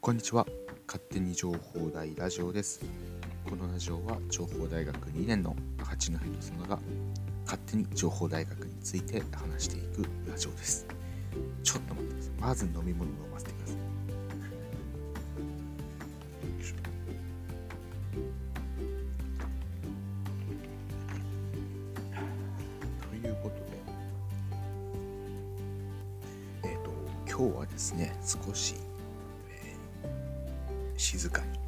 こんにちは。勝手に情報大ラジオです。このラジオは情報大学2年の八戸と佐野が勝手に情報大学について話していくラジオです。ちょっと待ってください。まず飲み物を飲ませてください。よいしょ。ということで、今日はですね、少し、静かに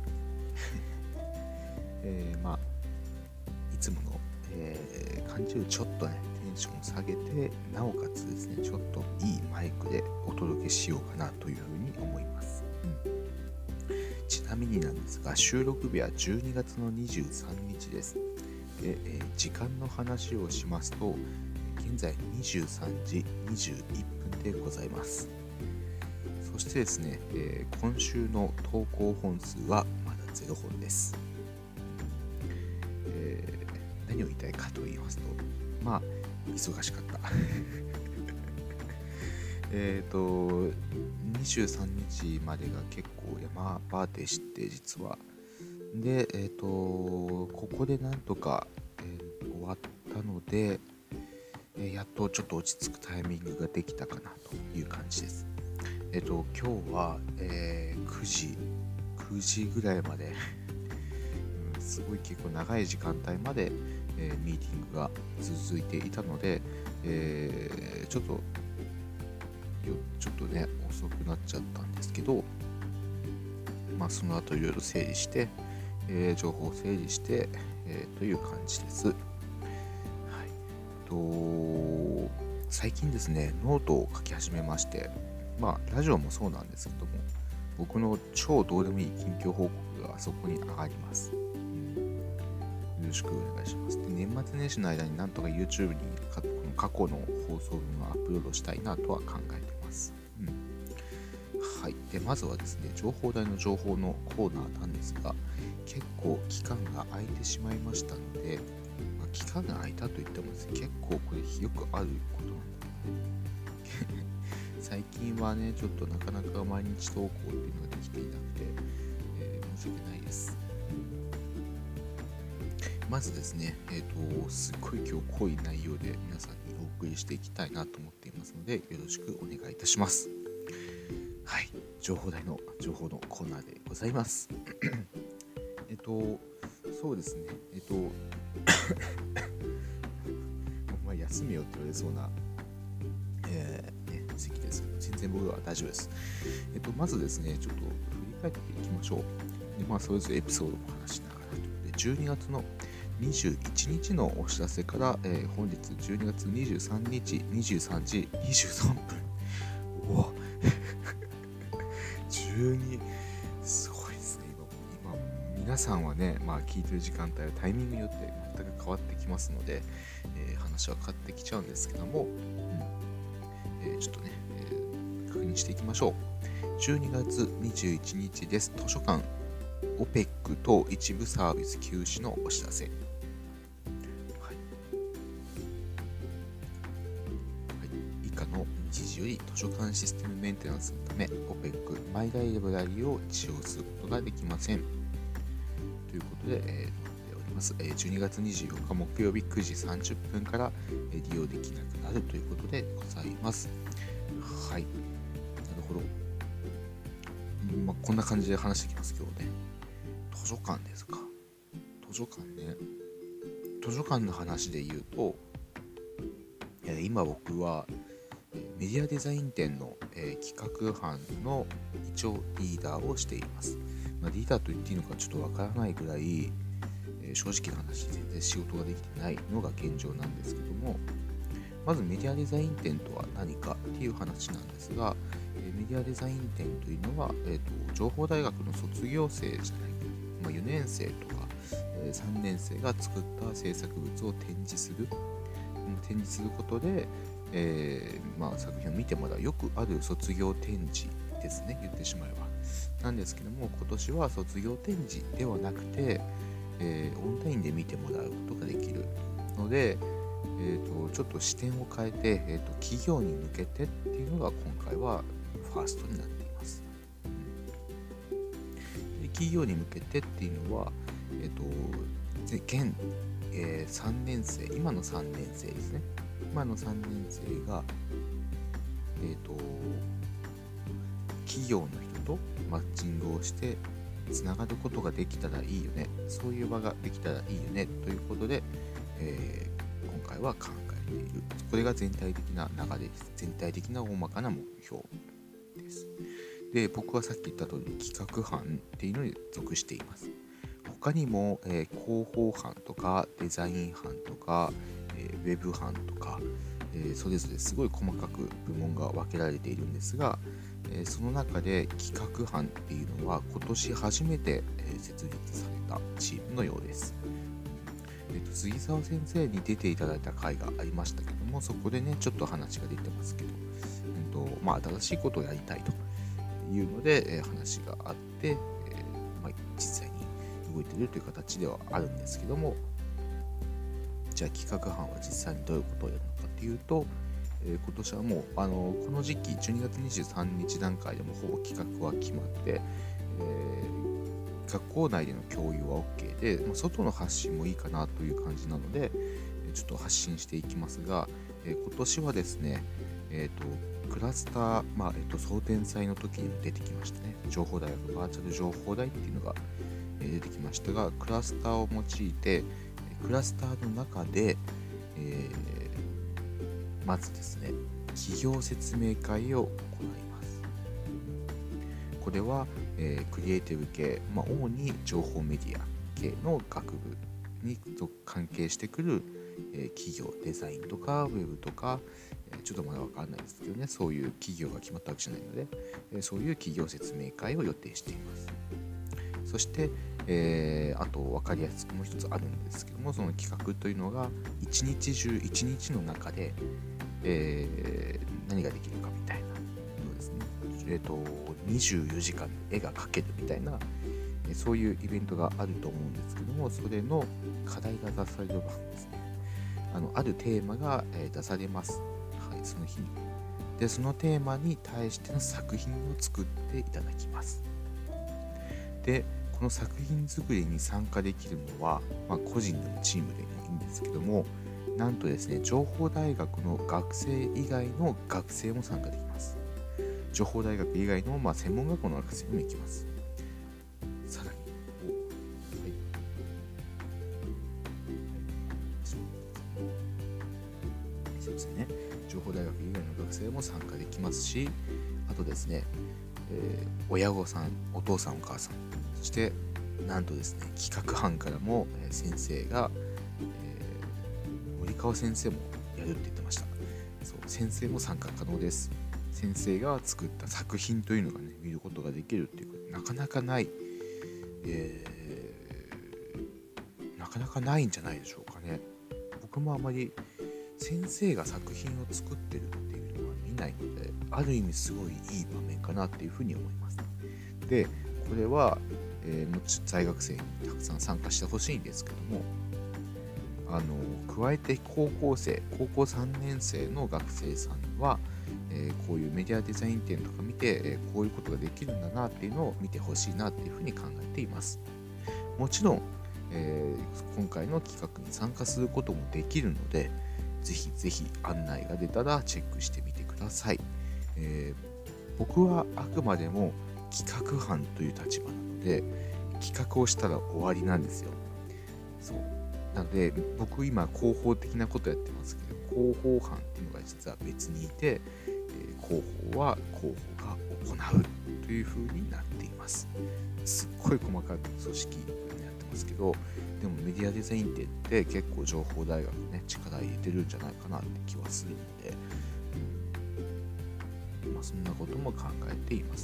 いつもの、感じよりちょっとねテンションを下げて、なおかつですねちょっといいマイクでお届けしようかなというふうに思います。ちなみになんですが、収録日は12月の23日です。で、時間の話をしますと、現在23時21分でございます。そしてですね、今週の投稿本数はまだ0本です。何を言いたいかと言いますと、忙しかった。23日までが結構山場でして、実は。で、ここでなんとか、終わったので、やっとちょっと落ち着くタイミングができたかなという感じです。今日は、9時ぐらいまですごい結構長い時間帯まで、ミーティングが続いていたので、ちょっとね遅くなっちゃったんですけど、その後いろいろ整理して、情報を整理して、という感じです。はい。最近ですね、ノートを書き始めまして、ラジオもそうなんですけども、僕の超どうでもいい近況報告がそこに上がります。よろしくお願いします。で、年末年始の間になんとか YouTube に過去の放送分をアップロードしたいなとは考えてます。はい。で、まずはですね、情報大の情報のコーナーなんですが、結構期間が空いてしまいましたので、期間が空いたといってもですね、結構これよくあることなんだよね。最近はね、ちょっとなかなか毎日投稿っていうのができていなくて、申し訳ないです。まずですね、すっごい今日濃い内容で皆さんにお送りしていきたいなと思っていますので、よろしくお願いいたします。はい、情報大の情報のコーナーでございます。そうですね、休めよって言われそうな、席ですけど、全然僕は大丈夫です。まずですね、ちょっと振り返っていきましょう。で、それぞれエピソードも話しながらということで、12月の21日のお知らせから、本日12月23日23時23分。おお12、すごいですね。今皆さんはね、聞いてる時間帯はタイミングによって全く変わってきますので、話は変わってきちゃうんですけども、ちょっとね、確認していきましょう。12月21日です。図書館 OPEC 等一部サービス休止のお知らせ。以下の日時より図書館システムメンテナンスのため OPEC マイライブラリを使用することができません。ということで、おります。12月24日木曜日9時30分から利用できなくなるということでございます。はい。なるほど。こんな感じで話していきます、今日ね。図書館ですか。図書館ね。図書館の話で言うと、今僕はメディアデザイン展の、企画班の一応リーダーをしています。リーダーと言っていいのかちょっとわからないぐらい、正直な話全然仕事ができてないのが現状なんですけども、まずメディアデザイン展とは何かっていう話なんですが、メディアデザイン展というのは、情報大学の卒業生じゃない、4年生とか、3年生が作った制作物を展示することで、作品を見てもらう、よくある卒業展示ですね、言ってしまえば。なんですけども、今年は卒業展示ではなくて、オンラインで見てもらうことができるので、ちょっと視点を変えて、企業に向けてっていうのが今回はファーストになっています。 企業に向けてっていうのは、現、3年生、今の3年生ですね。今の3年生が、企業の人とマッチングをしてつながることができたらいいよね、そういう場ができたらいいよねということで、今回は考えている。これが全体的な流れです。全体的な大まかな目標です。で、僕はさっき言った通り企画班っていうのに属しています。他にも、広報班とかデザイン班とか、ウェブ班とか、それぞれすごい細かく部門が分けられているんですが、その中で企画班っていうのは今年初めて、設立されたチームのようです。杉沢先生に出ていただいた回がありましたけども、そこでねちょっと話が出てますけど、新しいことをやりたいというので、話があって、実際に動いているという形ではあるんですけども、じゃあ企画班は実際にどういうことをやるのかっていうと、今年はもうこの時期12月23日段階でもほぼ企画は決まって、学校内での共有は OK で、外の発信もいいかなという感じなので、ちょっと発信していきますが、今年はですね、クラスター、総天祭の時にも出てきましたね。情報大学バーチャル情報大っていうのが出てきましたが、クラスターを用いて、クラスターの中で、まずですね、企業説明会を行います。これは、クリエイティブ系、主に情報メディア系の学部に関係してくる、企業、デザインとかウェブとか、ちょっとまだ分かんないですけどね、そういう企業が決まったわけじゃないので、そういう企業説明会を予定しています。そして、あと分かりやすくもう一つあるんですけども、その企画というのが一日中一日の中で、何ができるかみたいなのですね。24時間絵が描けるみたいな、そういうイベントがあると思うんですけども、それの課題が出される番ですね。あるテーマが、出されます。はい、その日に。で、そのテーマに対しての作品を作っていただきます。で、この作品作りに参加できるのは、個人でもチームでもいいんですけども、なんとですね、情報大学の学生以外の学生も参加できます。情報大学以外の、専門学校の学生も行きます。さらに、そうですね、情報大学以外の学生も参加できますし、あとですね、親御さん、お父さんお母さん、そしてなんとですね、企画班からも先生が、森川先生もやるって言ってました。そう、先生も参加可能です。先生が作った作品というのがね、見ることができるっていうか、なかなかない、なかなかないんじゃないでしょうかね。僕もあまり先生が作品を作ってるっていうのは見ないので、ある意味すごいいい場面かなっていうふうに思います。で、これは、もちろん在学生にたくさん参加してほしいんですけども、加えて高校3年生の学生さんは、こういうメディアデザイン展とか見て、こういうことができるんだなっていうのを見てほしいなっていうふうに考えています。もちろん、今回の企画に参加することもできるので、ぜひぜひ案内が出たらチェックしてみてください。僕はあくまでも企画班という立場なので、企画をしたら終わりなんですよ。そうなので、僕今広報的なことやってますけど、広報班っていうのが実は別にいて、広報は広報が行うという風になっています。すっごい細かい組織になってますけど、でもメディアデザイン展って結構情報大学ね、力入れてるんじゃないかなって気はするので、そんなことも考えています。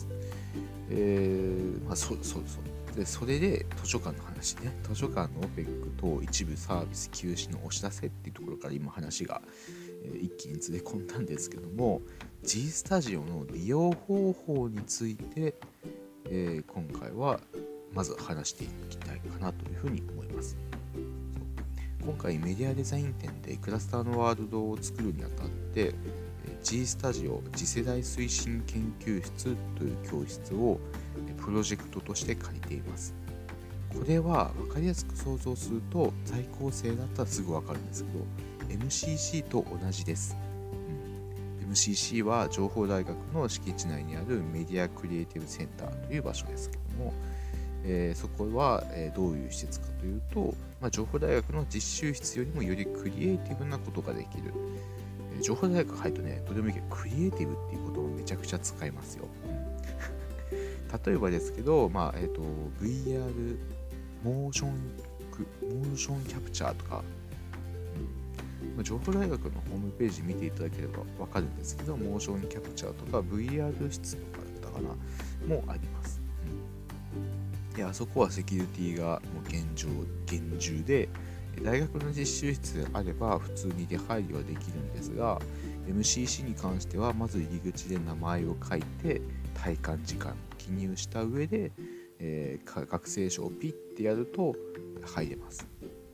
で、それで図書館の話ね、図書館の OPEC と一部サービス休止のお知らせっていうところから今話が、一気にずれ込んだんですけども、 G スタジオの利用方法について、今回はまず話していきたいかなというふうに思います。今回メディアデザイン展でクラスターのワールドを作るにあたって、 G スタジオ次世代推進研究室という教室をプロジェクトとして借りています。これは分かりやすく想像すると在校生だったらすぐ分かるんですけど MCC と同じです。MCC は情報大学の敷地内にあるメディアクリエイティブセンターという場所ですけども、そこは、どういう施設かというと、情報大学の実習室よりもよりクリエイティブなことができる。情報大学入るとね、どうでもいいけど、クリエイティブっていうことをめちゃくちゃ使いますよ。例えばですけど、VR モーションキャプチャーとか、情報大学のホームページ見ていただければわかるんですけど、モーションキャプチャーとか VR 室とかだったかなもあります。で、あそこはセキュリティがもう厳重で、大学の実習室であれば普通に出入りはできるんですが、MCC に関してはまず入り口で名前を書いて体感時間を記入した上で、学生証をピッてやると入れます。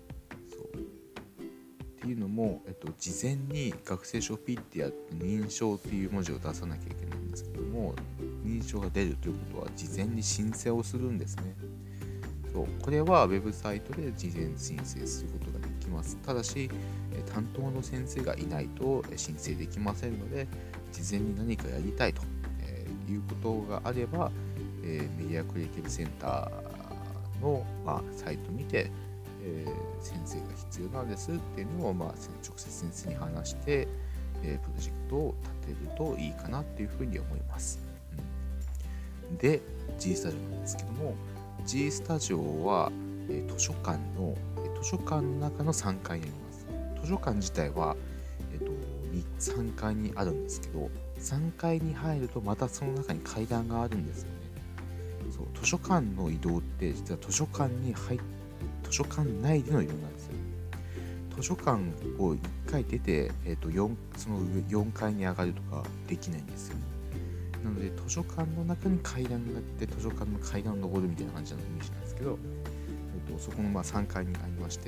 っていうのも、事前に学生証をピッてやって認証っていう文字を出さなきゃいけないんですけども、認証が出るということは事前に申請をするんですね。これはウェブサイトで事前申請することができます。ただし、担当の先生がいないと申請できませんので、事前に何かやりたいということがあれば、メディアクリエイティブセンターの、サイト見て、先生が必要なんですっていうのを、直接先生に話して、プロジェクトを立てるといいかなっていうふうに思います。で、G スタジオなんですけども、G スタジオは、図書館の中の3階にあります。図書館自体は、3階にあるんですけど、3階に入るとまたその中に階段があるんですよね。図書館の移動って実は図書館内での移動なんですよ。図書館を1回出て、その上4階に上がるとかできないんですよ。なので図書館の中に階段があって図書館の階段を上るみたいな感じのイメージなんですけど、そこの3階にありまして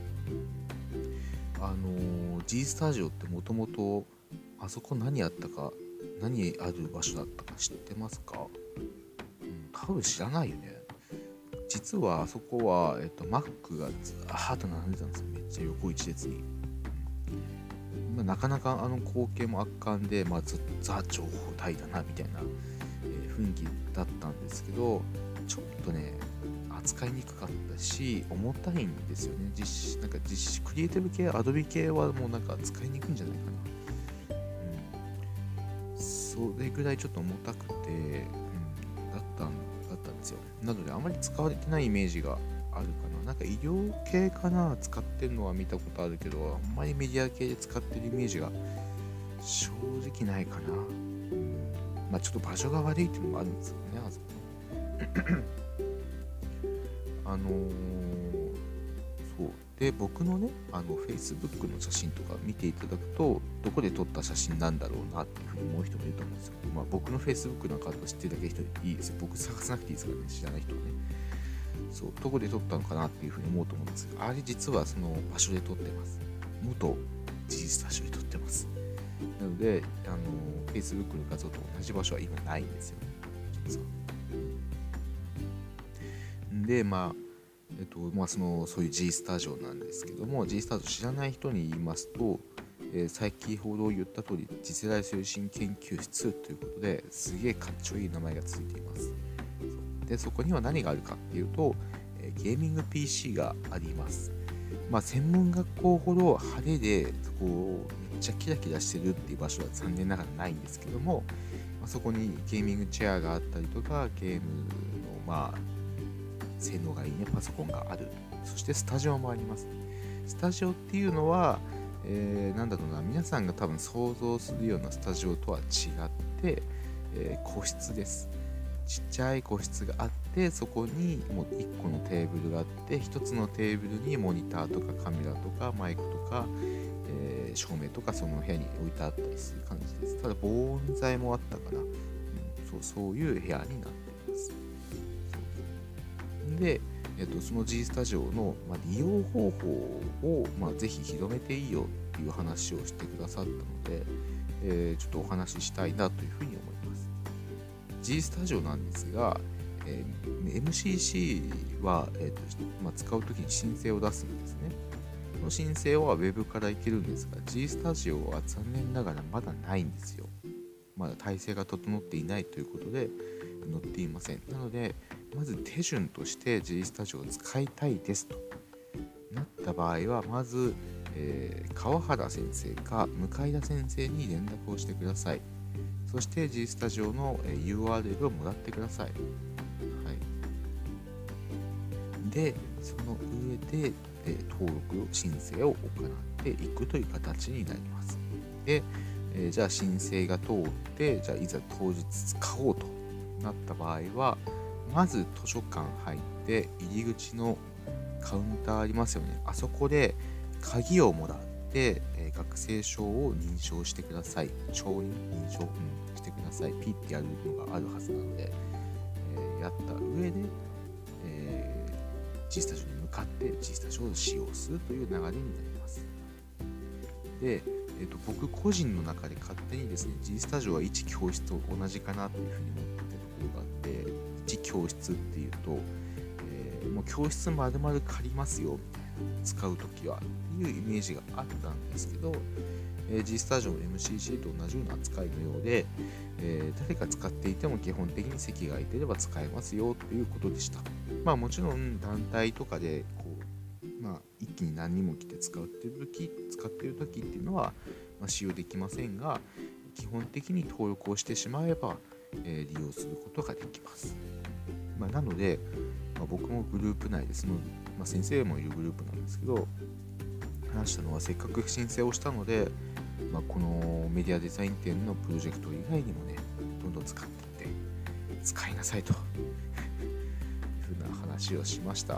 、G スタジオってもともとあそこ何ある場所だったか知ってますか？多分知らないよね。実はあそこは、Mac がずーっと並んでたんですよ。めっちゃ横一列に。なかなかあの光景も圧巻で、ザ情報体だなみたいな、雰囲気だったんですけど、ちょっとね扱いにくかったし重たいんですよね。クリエイティブ系、アドビ系はもう使いにくいんじゃないかな。それぐらいちょっと重たくて、だったんですよ。なのであまり使われてないイメージがあるかな。医療系かな、使ってるのは見たことあるけど、あんまりメディア系で使ってるイメージが正直ないかな。ちょっと場所が悪いっていうのもあるんですよね、あそこね。そうで、僕のねFacebook の写真とか見ていただくと、どこで撮った写真なんだろうなっていうふうに思う人もいると思うんですよ。僕の Facebook なんか知ってるだけの人いいですよ。僕探さなくていいですからね、知らない人はね。どこで撮ったのかなっていうふうに思うと思うんですが、あれ実はその場所で撮ってます。元 G スタジオで撮ってます。なのでFacebook の画像と同じ場所は今ないんですよね。で、そういう G スタジオなんですけども、 G スタジオ知らない人に言いますと、先ほど言った通り次世代推進研究室ということですげえかっちょいい名前がついています。で、そこには何があるかっていうと、ゲーミング PC があります。専門学校ほど派手でめっちゃキラキラしてるっていう場所は残念ながらないんですけども、そこにゲーミングチェアがあったりとか、ゲームの性能がいいねパソコンがある。そしてスタジオもあります。スタジオっていうのは、皆さんが多分想像するようなスタジオとは違って、個室です。ちっちゃい個室があって、そこにもう1個のテーブルがあって、1つのテーブルにモニターとかカメラとかマイクとか、照明とかその部屋に置いてあったりする感じです。ただ防音材もあったかな、そういう部屋になっています。で、その G スタジオの、利用方法を、ぜひ広めていいよっていう話をしてくださったので、ちょっとお話ししたいなというふうに思います。G スタジオなんですが、MCC は、使うときに申請を出すんですね。この申請は Web からいけるんですが、G スタジオは残念ながらまだないんですよ。まだ体制が整っていないということで載っていません。なので、まず手順として G スタジオを使いたいですとなった場合は、まず、川原先生か向田先生に連絡をしてください。そして G スタジオの URL をもらってください。はい、で、その上で登録申請を行っていくという形になります。で、じゃあ申請が通って、じゃあいざ当日使おうとなった場合は、まず図書館入って入り口のカウンターありますよね。あそこで鍵をもらって、学生証を認証してください。承認認証、してください。ピッてやるのがあるはずなので、やった上で、G スタジオに向かって G スタジオを使用するという流れになります。で、僕個人の中で勝手にですね、G スタジオは1教室と同じかなというふうに思っているところがあって、1教室っていうと、もう教室丸々借りますよみたいな、使うときはっていうイメージがあったんですけど、G スタジオの MCC と同じような扱いのようで、誰か使っていても基本的に席が空いていれば使えますよということでした。まあもちろん団体とかで一気に何人も来て使っている時っていうのは、使用できませんが、基本的に登録をしてしまえば、利用することができます。なので、僕もグループ内で先生もいるグループなんですけど、話したのはせっかく申請をしたので、このメディアデザイン展のプロジェクト以外にもね、どんどん使っていって使いなさいというふうな話をしました。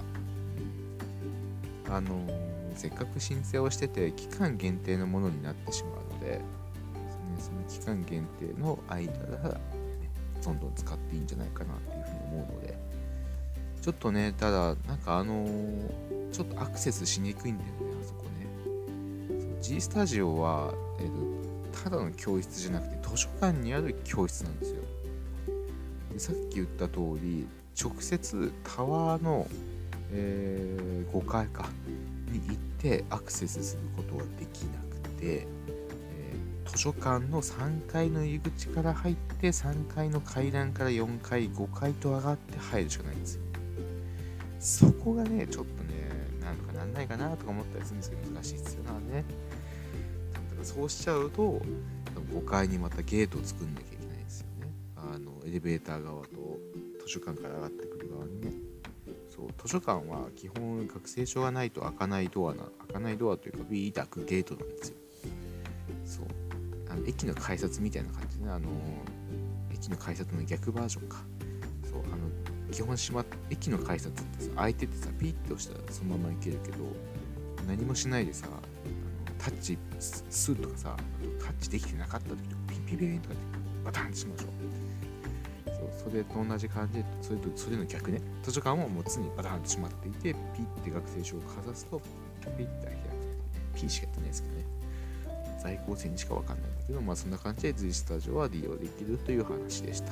せっかく申請をしてて期間限定のものになってしまうので、その期間限定の間だら、どんどん使っていいんじゃないかなというふうに思うので、ちょっとね、ただちょっとアクセスしにくいんだよね、あそこね。G スタジオは、ただの教室じゃなくて図書館にある教室なんですよ。で、さっき言った通り、直接タワーの、5階に行ってアクセスすることはできなくて、図書館の3階の入り口から入って3階の階段から4階5階と上がって入るしかないんですよ。そこがね、ちょっとね、なんとかなんないかなとか思ったりするんですけど、難しいですよね。だからそうしちゃうと、5階にまたゲートを作んなきゃいけないんですよね。エレベーター側と図書館から上がってくる側にね。そう、図書館は基本学生証がないと開かないドアというか、ビーッと開くゲートなんですよ。そう。駅の改札みたいな感じでね、駅の改札の逆バージョンか。そう、基本駅の改札ってさ、開いててさ、ピッて押したらそのまま行けるけど、何もしないでさ、タッチするとかさ、タッチできてなかった時とか、ピピーンとかってバタンってしましょう。そう、それと同じ感じで、それの逆ね、図書館ももう常にバタンってしまっていて、ピッて学生証をかざすと、ピッて開く。P しかやってないですけどね。在校生にしかわかんないんだけど、そんな感じで G スタジオは利用できるという話でした。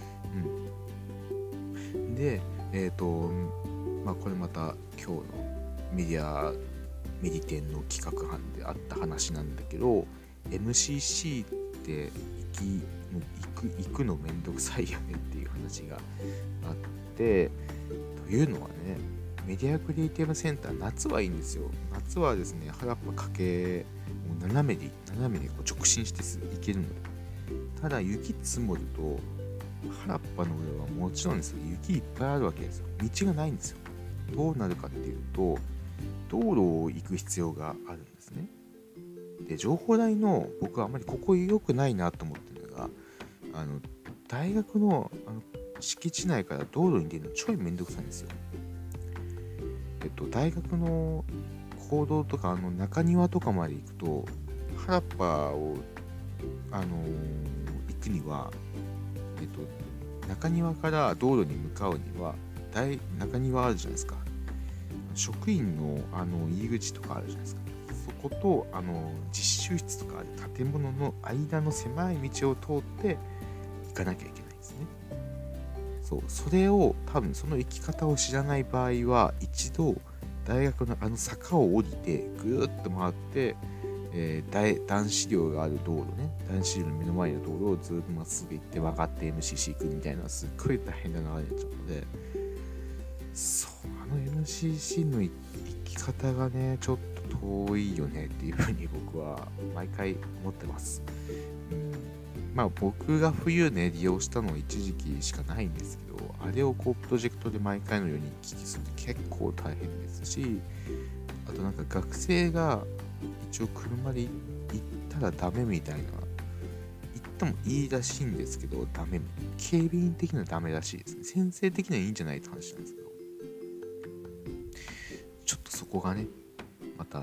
で、これまた今日のメディ展の企画班であった話なんだけど、 MCC って行くのめんどくさいよねっていう話があって、というのはね、メディアクリエイティブセンター、夏はいいんですよ。夏はですね、原っぱかけ斜めでこう直進して行けるので、ただ雪積もると原っぱの上はもちろんですよ、雪いっぱいあるわけですよ。道がないんですよ。どうなるかっていうと、道路を行く必要があるんですね。で、情報台の僕はあまりここ良くないなと思ってるのが、大学の敷地内から道路に出るのちょいめんどくさいんですよ。大学の講堂とか中庭とかまで行くと、原っぱを行くには、中庭から道路に向かうには中庭あるじゃないですか。職員の入り口とかあるじゃないですか。 そこと実習室とかある建物の間の狭い道を通って行かなきゃいけないんですね。それを多分その行き方を知らない場合は一度大学の坂を降りてぐーっと回って、男子寮がある道路ね、男子寮の目の前の道路をずっとまっすぐ行って曲がって MCC 行くみたいなすっごい大変な流れになっちゃうので、MCC の行き方がねちょっと遠いよねっていうふうに僕は毎回思ってます。僕が冬ね利用したのは一時期しかないんですけど、あれをプロジェクトで毎回のように行き来すると結構大変ですし、あと学生が一応車で行ったらダメみたいな、行ってもいいらしいんですけどダメ、警備員的にはダメらしいですね。先生的にはいいんじゃないって話なんですけど、ちょっとそこがねまた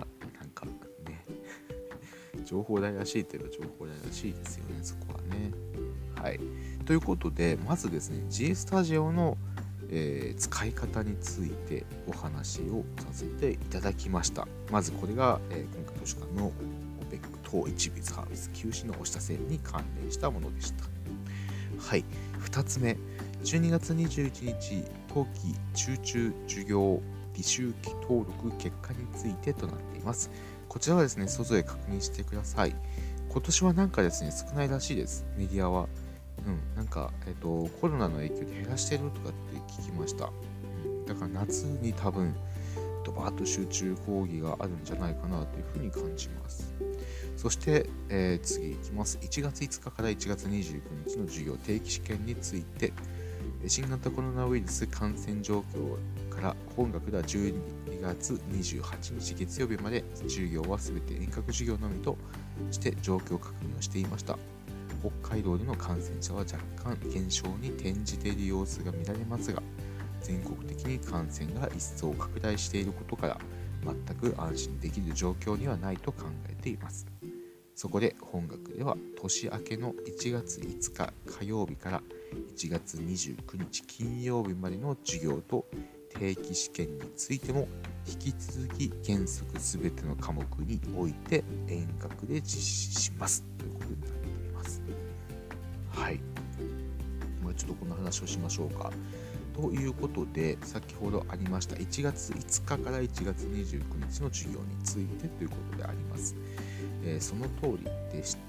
情報代らしいといえば情報代らしいですよね、そこはね。はい。ということで、まずですね、G スタジオの、使い方についてお話をさせていただきました。まずこれが、今回図書館の OPEC 等一部サービス休止のお知らせに関連したものでした。はい。2つ目、12月21日、冬季集中授業履修期登録結果についてとなっています。こちらはですね、外で確認してください。今年はですね、少ないらしいです、メディアは。コロナの影響で減らしてるとかって聞きました。だから夏に多分、ドバーッと集中講義があるんじゃないかなというふうに感じます。そして、次いきます。1月5日から1月29日の授業定期試験について、新型コロナウイルス感染状況から本学では12月28日月曜日まで授業は全て遠隔授業のみとして状況確認をしていました。北海道での感染者は若干減少に転じている様子が見られますが、全国的に感染が一層拡大していることから全く安心できる状況にはないと考えています。そこで本学では年明けの1月5日火曜日から1月29日金曜日までの授業と定期試験についても引き続き原則すべての科目において遠隔で実施しますということになっています。はい。ちょっとこの話をしましょうか。ということで、先ほどありました1月5日から1月29日の授業についてということであります。その通りでして、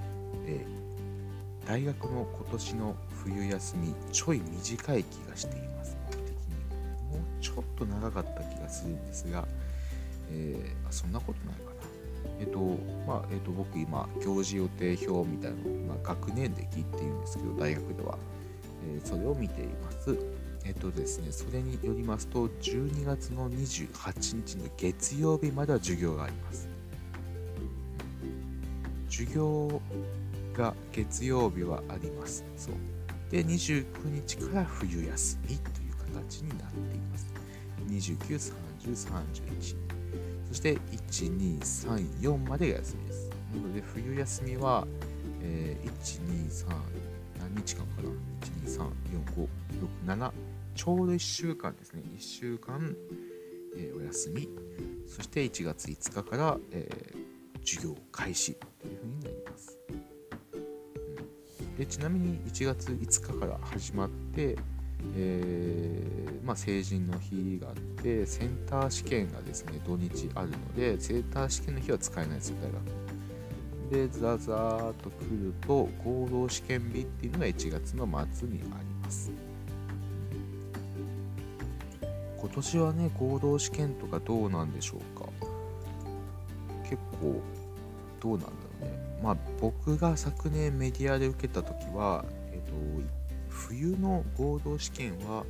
大学の今年の冬休みちょい短い気がしています。僕的にもうちょっと長かった気がするんですが、そんなことないかな。僕今行事予定表みたいなのを学年歴っていうんですけど、大学では、それを見ています。ですね、それによりますと12月の28日の月曜日までは授業があります。授業が月曜日はあります。そうで、29日から冬休みという形になっています。29、30、31、そして1、2、3、4までが休みです。なので冬休みは、1、2、3、何日間かな ?1、2、3、4、5、6、7、ちょうど1週間ですね。1週間、お休み。そして1月5日から、授業開始というふうになります。でちなみに1月5日から始まって、成人の日があってセンター試験がですね土日あるので、センター試験の日は使えないですよ、大学で。ザーッと来ると合同試験日っていうのが1月の末にあります。今年はね合同試験とかどうなんでしょうか。結構どうなんだろうね。僕が昨年メディアで受けた時は、冬の合同試験は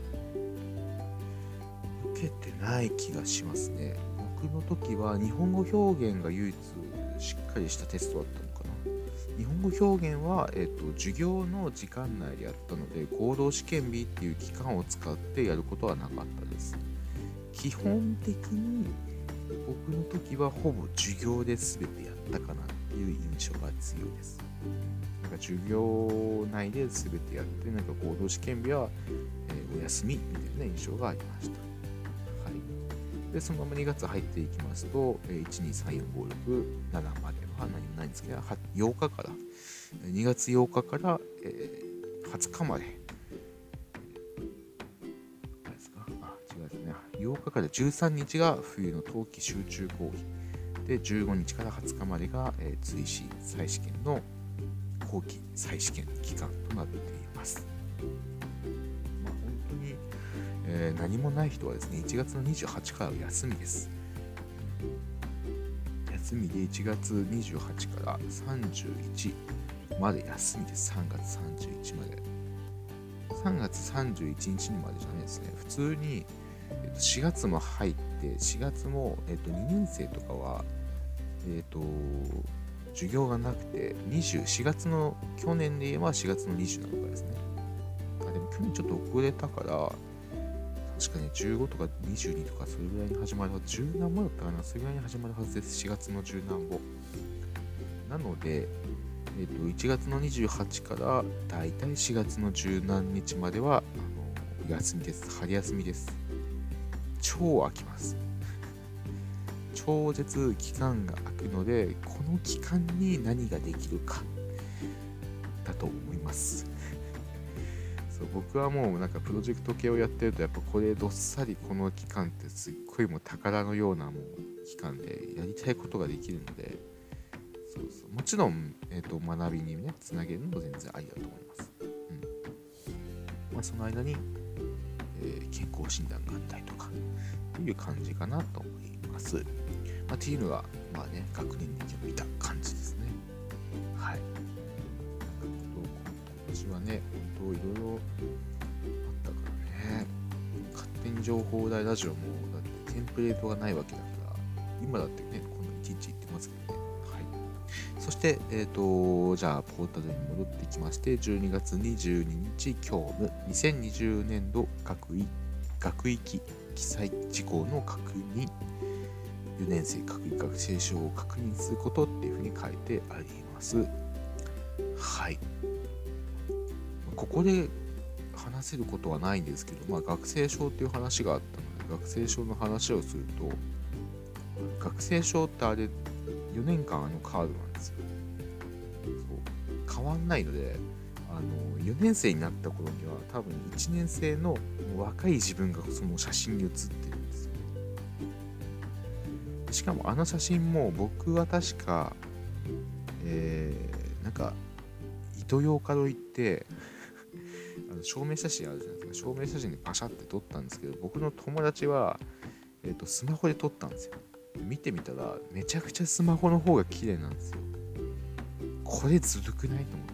受けてない気がしますね。僕の時は日本語表現が唯一しっかりしたテストだったのかな。日本語表現は、授業の時間内でやったので、合同試験日っていう期間を使ってやることはなかったです。基本的に僕の時はほぼ授業で全てやったかなっていう印象が強いです。授業内で全てやって、合同試験日は、お休みみたいな印象がありました。はい。 で、そのまま2月入っていきますと、1、2、3、4、5、6、7までは何ですか、8日から、2月8日から、20日まで、あれですか、違うですね、8日から13日が冬の冬季集中講義で、15日から20日までが、追試再試験の後期再試験期間となっています。本当に、何もない人はですね、1月の28から休みです。休みで1月28から31まで休みです。3月31まで。3月31日にまでじゃないですね。普通に、4月も入って、4月も、2年生とかは、授業がなくて、4月の、去年で言えば4月の27日ですね。でも去年ちょっと遅れたから、確かに15とか22とかそれぐらいに始まるはず、10何ぼだったかな、それぐらいに始まるはずです。4月の10何ぼ。なので、1月の28からだいたい4月の10何日までは休みです。春休みです。超空きます。超絶期間が空くので、この期間に何ができるかだと思います。そう、僕はもうなんかプロジェクト系をやってると、やっぱこれどっさりこの期間ってすっごいもう宝のようなもう期間でやりたいことができるので、そうそう、もちろん、学びにねつなげるのも全然ありだと思います。その間に、健康診断があったりとかっていう感じかなと思います。っていうのが学年歴を見た感じですね。はい。今年はね、本当いろいろあったからね。勝手に情報大ラジオもだってテンプレートがないわけだから、今だってね、この1日言ってますけどね。はい。そして、じゃあポータルに戻ってきまして、12月22日教務2020年度学域記載事項の確認、4年生各位学生証を確認することっていうふうに書いてあります。はい。ここで話せることはないんですけど、学生証っていう話があったので、学生証の話をすると、学生証ってあれ、4年間カードなんですよ。そう。変わんないので、4年生になった頃には多分1年生の若い自分がその写真に写ってるんですよ。しかもあの写真も僕は確か、なんかイトーヨーカドー行って証明写真あるじゃないですか。証明写真でパシャって撮ったんですけど、僕の友達は、スマホで撮ったんですよ。見てみたらめちゃくちゃスマホの方が綺麗なんですよ。これずるくないと思って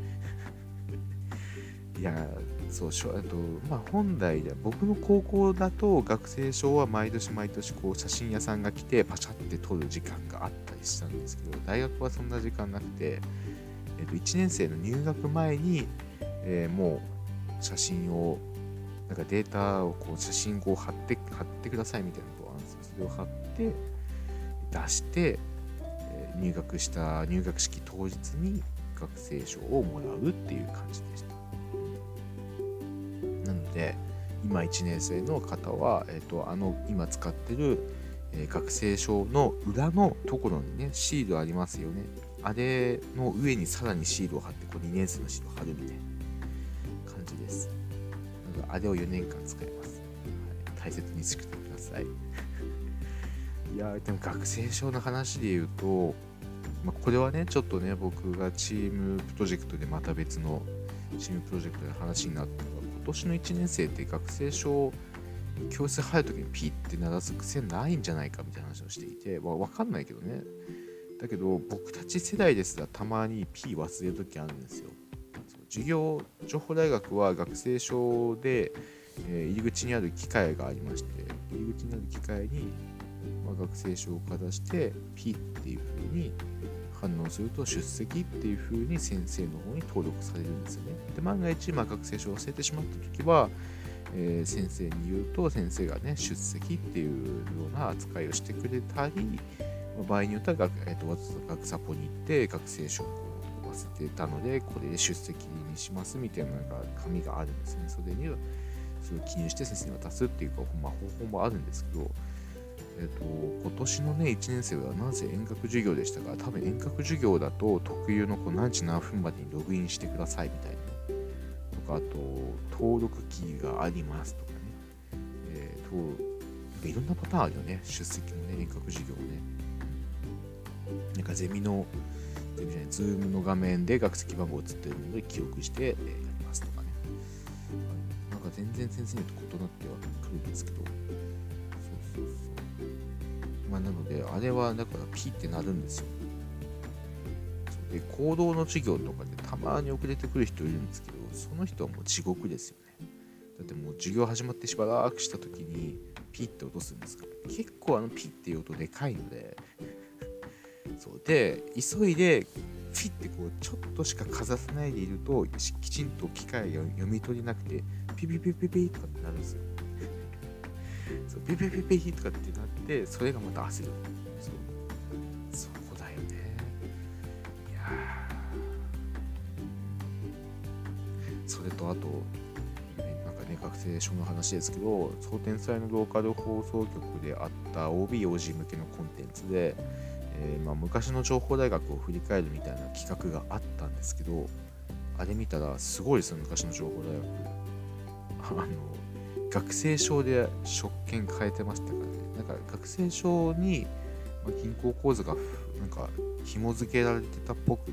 。いや、そう、本来で僕の高校だと学生証は毎年毎年こう写真屋さんが来てパシャって撮る時間があったりしたんですけど、大学はそんな時間なくて、1年生の入学前に、もう写真をなんかデータをこう写真を貼ってくださいみたいなことがあるんですよ。それを貼って出して、入学式当日に学生証をもらうっていう感じでした。なので今1年生の方は、今使ってる、学生証の裏のところにねシールありますよね。あれの上にさらにシールを貼って、こう2年生のシールを貼るみたいな感じです。なのであれを4年間使います。はい、大切にしてください。いやでも学生証の話で言うと、これはねちょっとね僕がチームプロジェクトでまた別のチームプロジェクトで話になったのが、今年の1年生って学生証教室入るときにピッて鳴らす癖ないんじゃないかみたいな話をしていて、わかんないけどね。だけど僕たち世代ですらたまに P 忘れるときあるんですよ。情報大学は学生証で、入り口にある機械がありまして、入り口にある機械に、学生証をかざして P っていう風に反応すると出席っていう風に先生の方に登録されるんですよね。で、万が一、学生証を忘れてしまったときは、先生に言うと先生がね出席っていうような扱いをしてくれたり、場合によってはわざと学サポに行って学生証を忘れてたのでこれで出席にしますみたいな紙があるんですね。それを記入して先生に渡すっていうか、方法もあるんですけど、 今年のね、1年生はなぜ遠隔授業でしたが、多分遠隔授業だと特有の何時何分までにログインしてくださいみたいな。とか、あと、登録キーがありますとかね。なんかいろんなパターンあるよね。出席もね、遠隔授業ね。なんかゼミじゃない、ズームの画面で学籍番号映ってるので記憶して、やりますとかね。なんか全然先生によって異なってはくるんですけど、まあ、なので、あれはだからピーってなるんですよ。で、行動の授業とかでたまに遅れてくる人いるんですけど、その人はもう地獄ですよね。だってもう授業始まってしばらくした時にピーって落とすんですから、結構ピーっていう音でかいので、そうで、急いでピッてこうちょっとしかかざさないでいると、きちんと機械が読み取れなくて、ピピピピピとかってなるんですよ。そうピピピピとかってなって、それがまた焦る。そこだよね。いやそれとあと、なんかね、学生証の話ですけど、総天祭のローカル放送局であった OB、OG 向けのコンテンツで、昔の情報大学を振り返るみたいな企画があったんですけど、あれ見たらすごいですよ、昔の情報大学。学生証で職権変えてましたからね。なんか学生証に、銀行口座がなんか紐付けられてたっぽくって、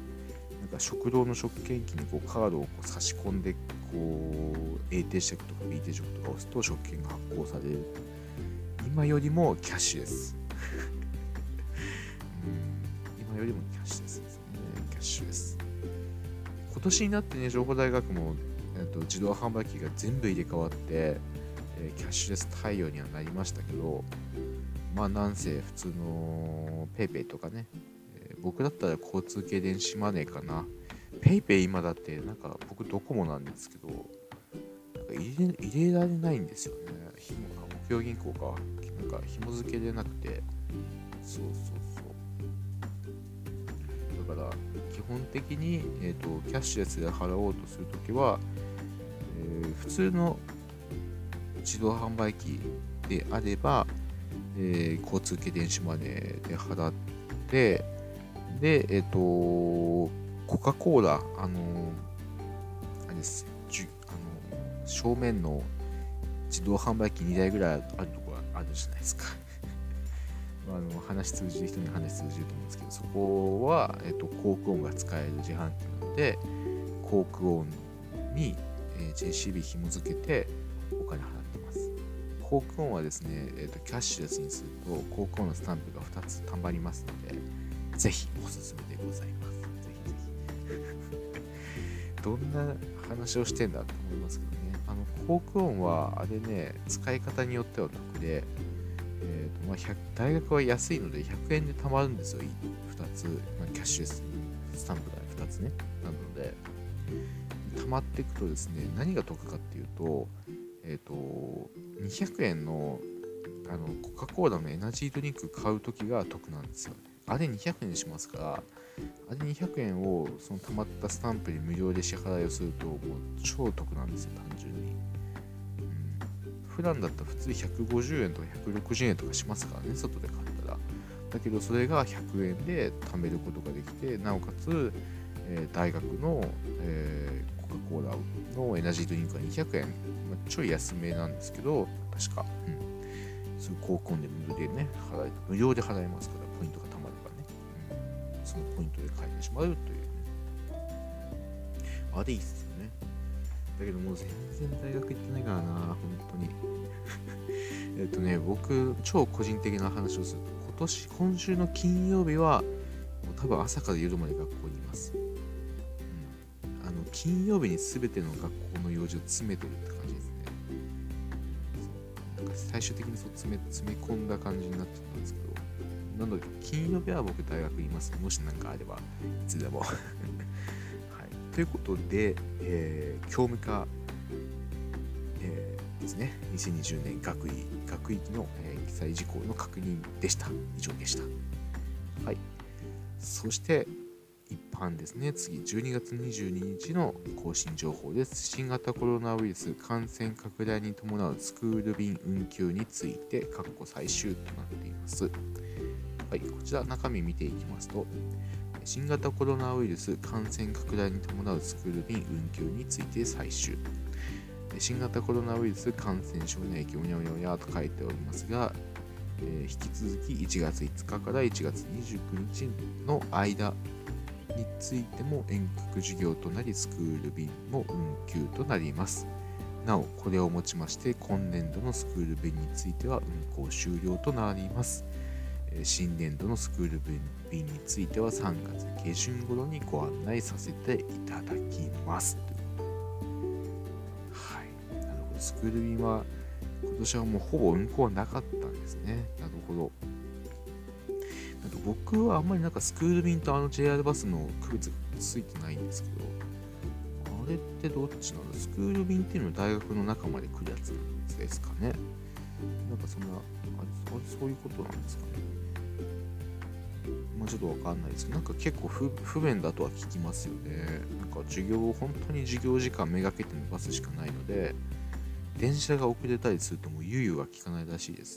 なんか食堂の食券機にこうカードをこう差し込んで、こう A 定食とか B 定食とか押すと食券が発行される。今よりもキャッシュレス。今よりもキャッシュレスですね。キャッシュレス。今年になってね、情報大学も自動販売機が全部入れ替わって、キャッシュレス対応にはなりましたけど、なんせ普通の PayPay とかね、僕だったら交通系電子マネーかな。PayPay 今だってなんか僕ドコモなんですけど、なんか入れられないんですよね。木曜銀行か。なんか紐付けでなくて、そう。だから基本的に、キャッシュレスで払おうとするときは、普通の自動販売機であれば、交通系電子マネーで払って、で、コカ・コーラ、あれです、正面の自動販売機2台ぐらいあるところあるじゃないですか。話通じる人に話通じると思うんですけど、そこは、コークオンが使える自販機なので、コークオンに、JCB 紐付けてお金払ってます。コークオンはですね、キャッシュレスにすると、コークオンのスタンプが2つたまりますので、ぜひおすすめでございます。ぜひぜひ。どんな話をしてんだと思いますけどね。コークオンは、あれね、使い方によっては得で、大学は安いので100円で貯まるんですよ、2つ、キャッシュレススタンプが2つね。なので、貯まっていくとですね、何が得かっていうと、200円のコカ・コーラのエナジードリンク買うときが得なんですよね。あれ200円にしますから、あれ200円をその貯まったスタンプに無料で支払いをすると、もう超得なんですよ、単純に。普段だったら普通150円とか160円とかしますからね、外で買ったら。だけどそれが100円で貯めることができて、なおかつ、大学の、コカ・コーラのエナジードリンクは200円、ちょい安めなんですけど、確か、そういう高校で無料で払えますから、ポイントが貯まればね、そのポイントで買えてしまうというね。あれいいっすよね。だけどもう全然大学行ってないからな、本当に。僕、超個人的な話をすると、今週の金曜日は、もう多分朝から夜まで学校にいます。金曜日に全ての学校の用事を詰めてるって感じですね。なんか最終的にそう詰め込んだ感じになっちゃったんですけど、なので、金曜日は僕大学にいます、ね。もし何かあれば、いつでも。はい。ということで、教務課、ですね、2020年学域の、記載事項の確認でした。以上でした。はい。そして、 一般ですね。次、12月22日の更新情報です。新型コロナウイルス感染拡大に伴うスクール便運休について、最終となっています。はい、こちら中身見ていきますと、新型コロナウイルス感染拡大に伴うスクール便運休について最終。新型コロナウイルス感染症の影響にゃにゃにゃと書いておりますが、引き続き1月5日から1月29日の間についても遠隔授業となり、スクール便も運休となります。なお、これをもちまして今年度のスクール便については運行終了となります。新年度のスクール便については3月下旬頃にご案内させていただきます。はい、なるほど。スクール便は今年はもうほぼ運行はなかったんですね。なるほど。なんか僕はあんまりスクール便とJR バスの区別がついてないんですけど、あれってどっちなの？スクール便っていうのは大学の中まで来るやつですかね。そんな、そういうことなんですかね。ちょっとわかんないですけど、結構不便だとは聞きますよね。本当に授業時間めがけて伸ばすしかないので、電車が遅れたりするともう猶予が効かないらしいです。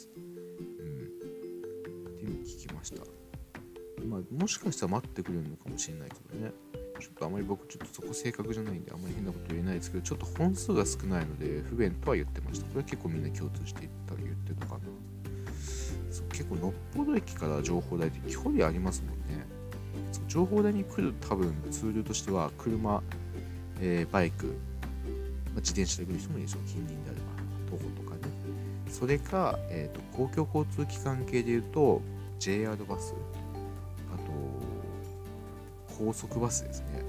っていうのを聞きました。もしかしたら待ってくれるのかもしれないけどね。ちょっとあまり僕そこ正確じゃないんであんまり変なこと言えないですけど、ちょっと本数が少ないので不便とは言ってました。これは結構みんな共通して言ってたかな。結構のっぽど駅から情報台って距離ありますもんね。情報台に来る多分ツールとしては車、バイク、自転車で来る人もいるでしょう。近隣であれば徒歩とかね。それか、公共交通機関系でいうと JR バス、あと高速バスですね。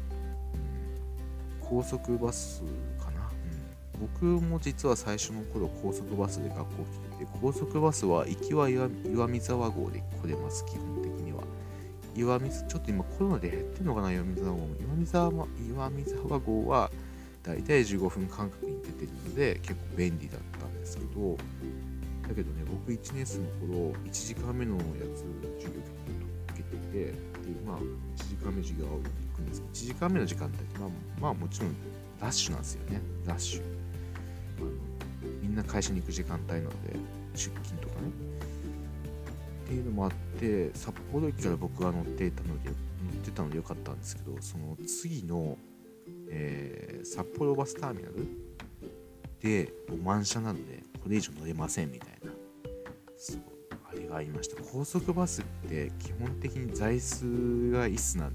高速バスかな。僕も実は最初の頃高速バスで学校来てて、高速バスは行きは岩見沢号で来れます。基本的にはちょっと今コロナで減ってるのかな。岩見沢号はだいたい15分間隔に出てるので結構便利だったんですけど、だけどね、僕1年生の頃1時間目のやつ授業受けてて、で1時間目授業行くんですけど、1時間目の時間帯ってもちろんラッシュなんですよね。ラッシュ、みんな会社に行く時間帯なので出勤とかねっていうのもあって、札幌駅から僕は乗ってたのでよかったんですけど、その次の、札幌バスターミナルでもう満車なのでこれ以上乗れませんみたいな、そうあれがありました。高速バスって基本的に座椅子が椅子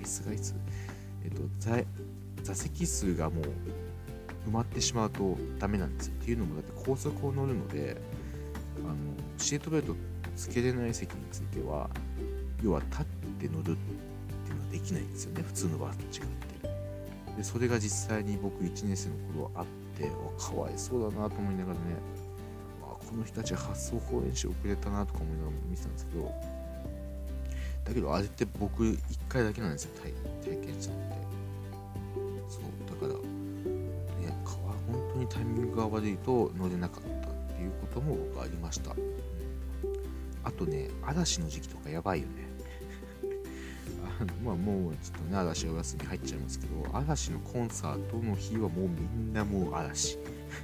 座席数がもう埋まってしまうとダメなんですよ。っていうのもだって高速を乗るので、シートベルトつけれない席については要は立って乗るっていうのはできないんですよね。普通のバスと違って。でそれが実際に僕1年生の頃あって、かわいそうだなと思いながらね、この人たち発想法練習遅れたなとか思いながら見てたんですけど、だけどあれって僕1回だけなんですよ。体験したのって。そうだからね、本当にタイミングが悪いと乗れなかったっていうことも僕ありました。あとね、嵐の時期とかやばいよね。もうちょっとね、嵐は休み入っちゃいますけど、嵐のコンサートの日はもうみんなもう嵐。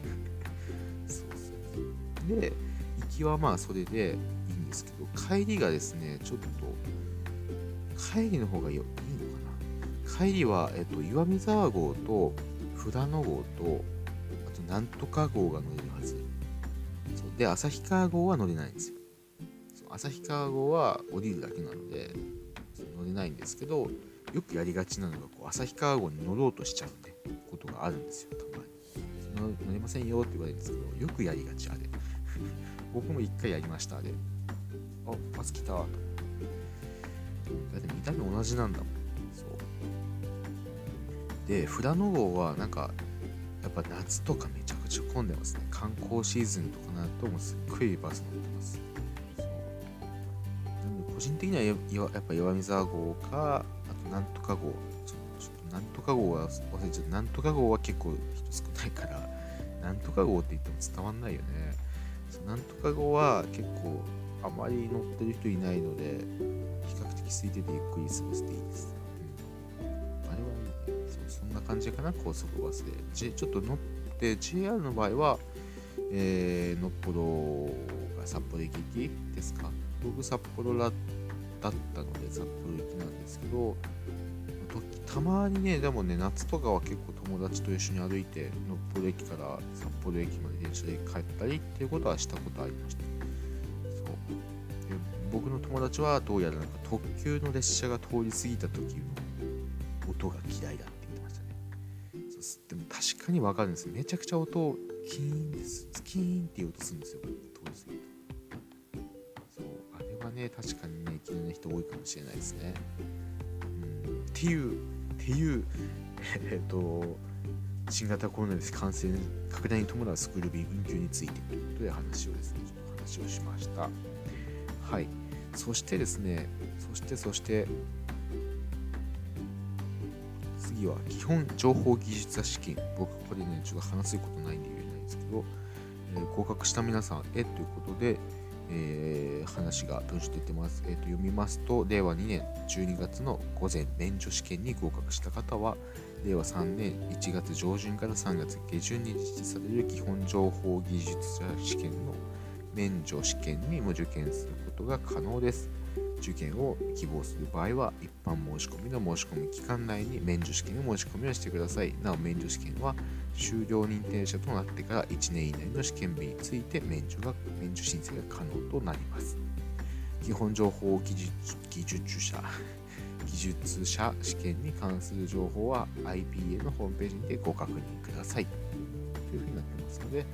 そうで、行きはそれでいいんですけど、帰りがですね、ちょっと帰りの方がいいのかな。帰りは、岩見沢号と富良野号とあとなんとか号が乗れるはず。そうで、旭川号は乗れないんですよ。旭川号は降りるだけなので乗れないんですけど、よくやりがちなのが旭川号に乗ろうとしちゃうことがあるんですよ。たまに乗れませんよって言われるんですけど、よくやりがちあれ。僕も一回やりましたあれ。バス来たと。だって見た目同じなんだもん。そうで、富良野号はやっぱ夏とかめちゃくちゃ混んでますね。観光シーズンとかになるともうすっごいバス乗ってます。個人的にはやっぱ岩見沢号か、あとなんとか号、ちょっとなんとか号は忘れちゃった。なんとか号は結構人少ないから、なんとか号って言っても伝わんないよね。なんとか号は結構あまり乗ってる人いないので、比較的空いててゆっくり過ごしていいです。 感じかな、高速バスで。ちょっと乗って、JR の場合は、のっぽろが札幌駅行きですか。僕、札幌だったので、札幌行きなんですけど、たまにね、でもね、夏とかは結構友達と一緒に歩いて、のっぽろ駅から札幌駅まで電車で帰ったりっていうことはしたことありました。そうで、僕の友達はどうやらなんか特急の列車が通り過ぎた時の音が嫌いだって言ってましたね。そうでも確かにわかるんですよ。めちゃくちゃ音、キーンです。キーンっていう音するんですよ。通り過ぎると。そう、あれはね、確かにね、嫌いな人多いかもしれないですね。っていう新型コロナウイルス感染拡大に伴うスクール便運休についてということで話をしました。はい。そしてですね、そして次は基本情報技術者試験。僕これね、ちょっと話すことないんで言えないんですけど、合格した皆さんへということで、話が文章出てます。読みますと、令和2年12月の午前免除試験に合格した方は、令和3年1月上旬から3月下旬に実施される基本情報技術者試験の免除試験にも受験することが可能です。受験を希望する場合は、一般申し込みの申し込み期間内に免除試験の申し込みをしてください。なお、免除試験は修了認定者となってから1年以内の試験日について免除申請が可能となります。基本情報技術者試験に関する情報は IPA のホームページにてご確認くださいというふうになってますので、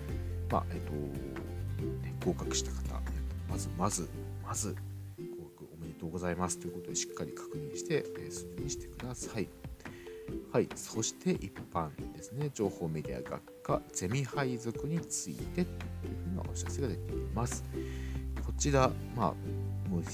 合格した方、まず合格おめでとうございますということでしっかり確認してするようにしてください。はい、そして一般ですね、情報メディア学科ゼミ配属についてというふうなお知らせが出ています。こちら、もうめ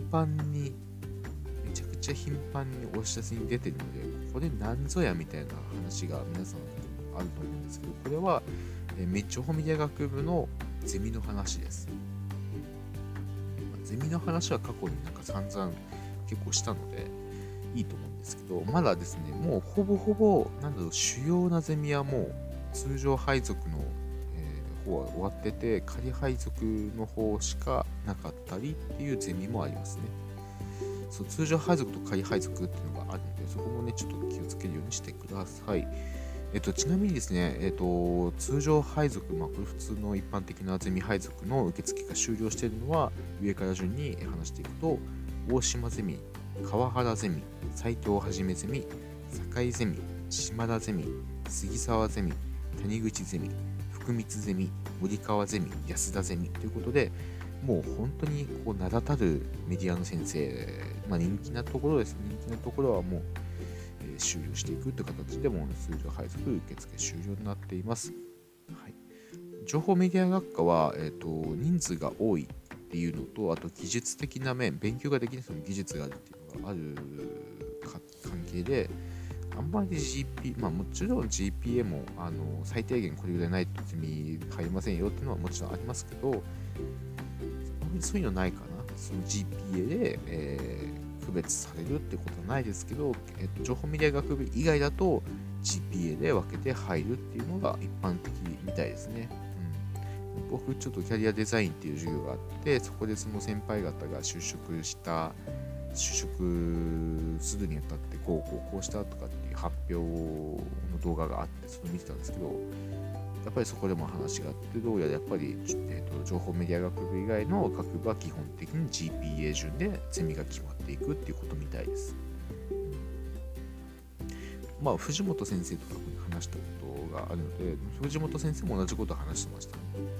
ちゃくちゃ頻繁にお知らせに出ているので、これなんぞやみたいな話が皆さんあると思うんですけど、これは情報メディア学部のゼミの話です。ゼミの話は過去になんか散々結構したのでいいと思うんですけど、まだですね、もうほぼ主要なゼミはもう通常配属の、方は終わってて、仮配属の方しかなかったりっていうゼミもありますね。そう、通常配属と仮配属っていうのがあるので、そこもねちょっと気をつけるようにしてください。ちなみにですね、通常配属、これ普通の一般的なゼミ配属の受付が終了しているのは、上から順に話していくと、大島ゼミ、川原ゼミ、斉藤はじめゼミ、堺ゼミ、島田ゼミ、杉沢ゼミ、谷口ゼミ、福光ゼミ、森川ゼミ、安田ゼミということで、もう本当にこう名だたるメディアの先生、人気なところです。人気なところはもう、終了していくという形でも通常配属受付終了になっています。はい、情報メディア学科は、人数が多いっていうのと、あと技術的な面、勉強ができる人の技術があるっていうのがある関係で、あんまり もちろん GPA も最低限これぐらいないとゼミ入りませんよっていうのはもちろんありますけど、そういうのないかな。その GPA で、区別されるってことはないですけど、情報メディア学部以外だと GPA で分けて入るっていうのが一般的みたいですね。僕ちょっとキャリアデザインっていう授業があって、そこでその先輩方が就職するにあたってこうしたとかっていう発表の動画があって、それを見てたんですけど、やっぱりそこでも話があって、どうやらやっぱり、情報メディア学部以外の学部は基本的に GPA 順でゼミが決まっていくっていうことみたいです。藤本先生とかに話したことがあるので、藤本先生も同じことを話してましたね。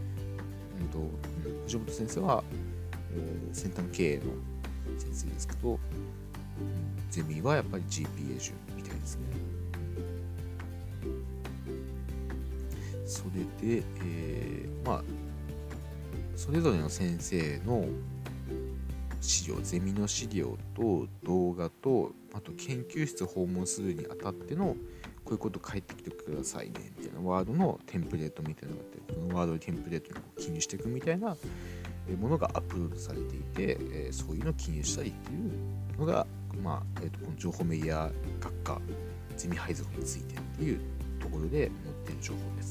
藤本先生は、先端経営の先生ですけど、ゼミはやっぱり GPA 順みたいですね。それで、それぞれの先生の資料、ゼミの資料と動画と、あと研究室訪問するにあたってのこういうこと書いてきてくださいねみたいなワードのテンプレートみたいなのがあって、このワードのテンプレートに記入していくみたいなものがアップロードされていて、そういうのを記入したりっていうのが、この情報メディア学科ゼミ配属についてっていうっていうところで載っている情報です。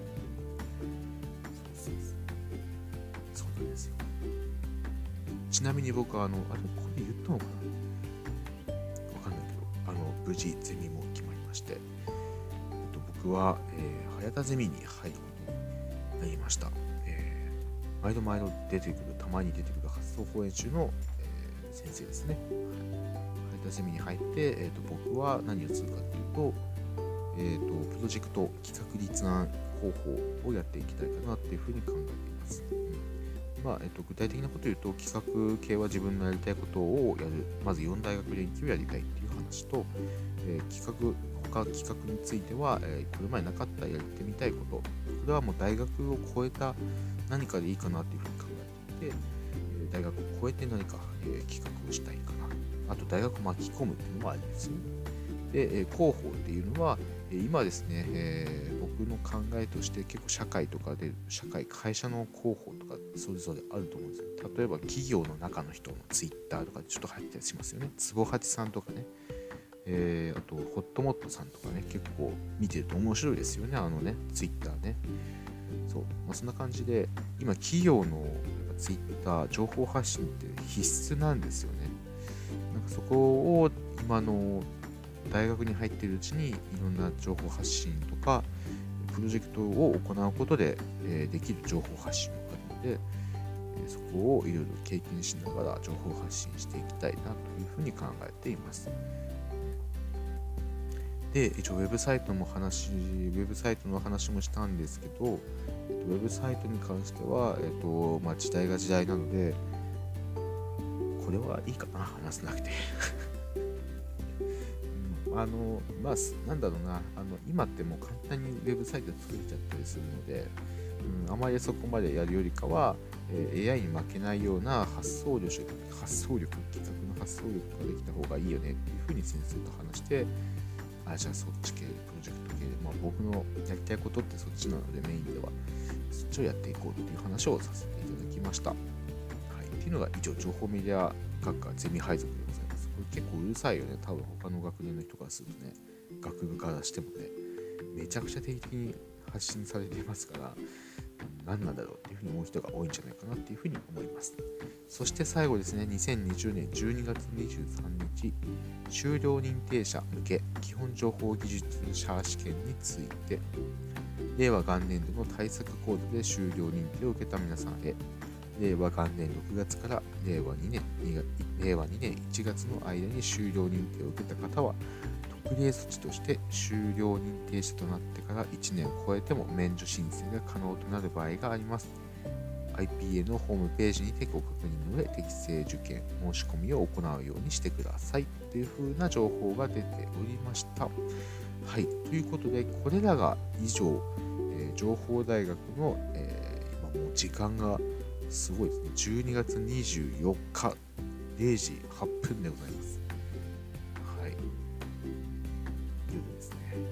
そうなんですよ。ちなみに僕はこれ言ったのかな、わかんないけど、無事ゼミも決まりまして、僕は、早田ゼミに入ることになりました。毎度たまに出てくる発想講演中の、先生ですね。早田ゼミに入って、僕は何をするかというと、プロジェクト企画立案方法をやっていきたいかなっていうふうに考えています。具体的なことを言うと、企画系は自分のやりたいことをやる、まず4大学連携をやりたいっていう話と、企画については、これまでなかったやってみたいこと、これはもう大学を超えた何かでいいかなっていうふうに考えていて、大学を超えて何か、企画をしたいかな。あと大学を巻き込むっていうのもありですよね。で、広報っていうのは、今ですね、僕の考えとして結構会社の広報とかそれぞれあると思うんですよ。例えば企業の中の人のツイッターとかでちょっと入ったりしますよね。坪八さんとかね、あとホットモットさんとかね、結構見てると面白いですよね、ツイッターね。そう、そんな感じで今企業のツイッター情報発信って必須なんですよね。なんかそこを今の大学に入っているうちにいろんな情報発信とかプロジェクトを行うことで、できる情報発信もあるので、そこをいろいろ経験しながら情報発信していきたいなというふうに考えています。で、一応ウェブサイトの話もしたんですけど、ウェブサイトに関しては、時代が時代なので、これはいいかな、話せなくて。なんだろうな、今ってもう簡単にウェブサイト作れちゃったりするので、あまりそこまでやるよりかは、AI に負けないような企画の発想力ができた方がいいよねっていうふうに先生と話して、じゃあそっち系、プロジェクト系、僕のやりたいことってそっちなのでメインでは、そっちをやっていこうっていう話をさせていただきました。はい、っていうのが以上、情報メディア学科ゼミ配属でございます。これ結構うるさいよね、多分他の学年の人からするとね、学部からしてもね、めちゃくちゃ定期的に発信されていますから、何なんだろうっていうふうに思う人が多いんじゃないかなっていうふうに思います。そして最後ですね、2020年12月23日、修了認定者向け基本情報技術者試験について、令和元年度の対策コードで修了認定を受けた皆さんへ、令和元年6月から令和2年1月の間に修了認定を受けた方は、特例措置として修了認定者となってから1年を超えても免除申請が可能となる場合があります。IPA のホームページにてご確認の上、適正受験申し込みを行うようにしてくださいという風な情報が出ておりました。はい、ということで、これらが以上、情報大学の、今もう時間がすごいですね。12月24日0時8分でございます。はい。夜ですね。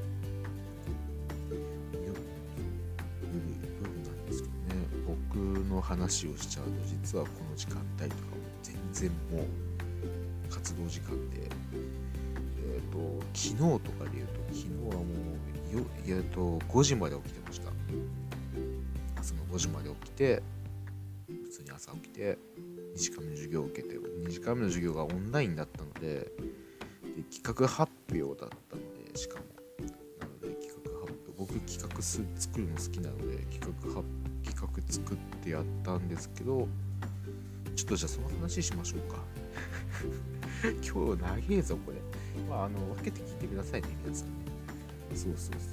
夜なんですけどね。僕の話をしちゃうと、実はこの時間帯とかも全然もう活動時間で、昨日とかで言うと、昨日はもう5時まで起きてました。朝の5時まで起きて、普通に朝起きて、2時間目の授業を受けて、2時間目の授業がオンラインだったので、企画発表だったので、しかも。なので、企画発表、僕企画作るの好きなので、企画作ってやったんですけど、ちょっとじゃあその話しましょうか。今日長えぞ、これ。分けて聞いてくださいね、皆さん。そう。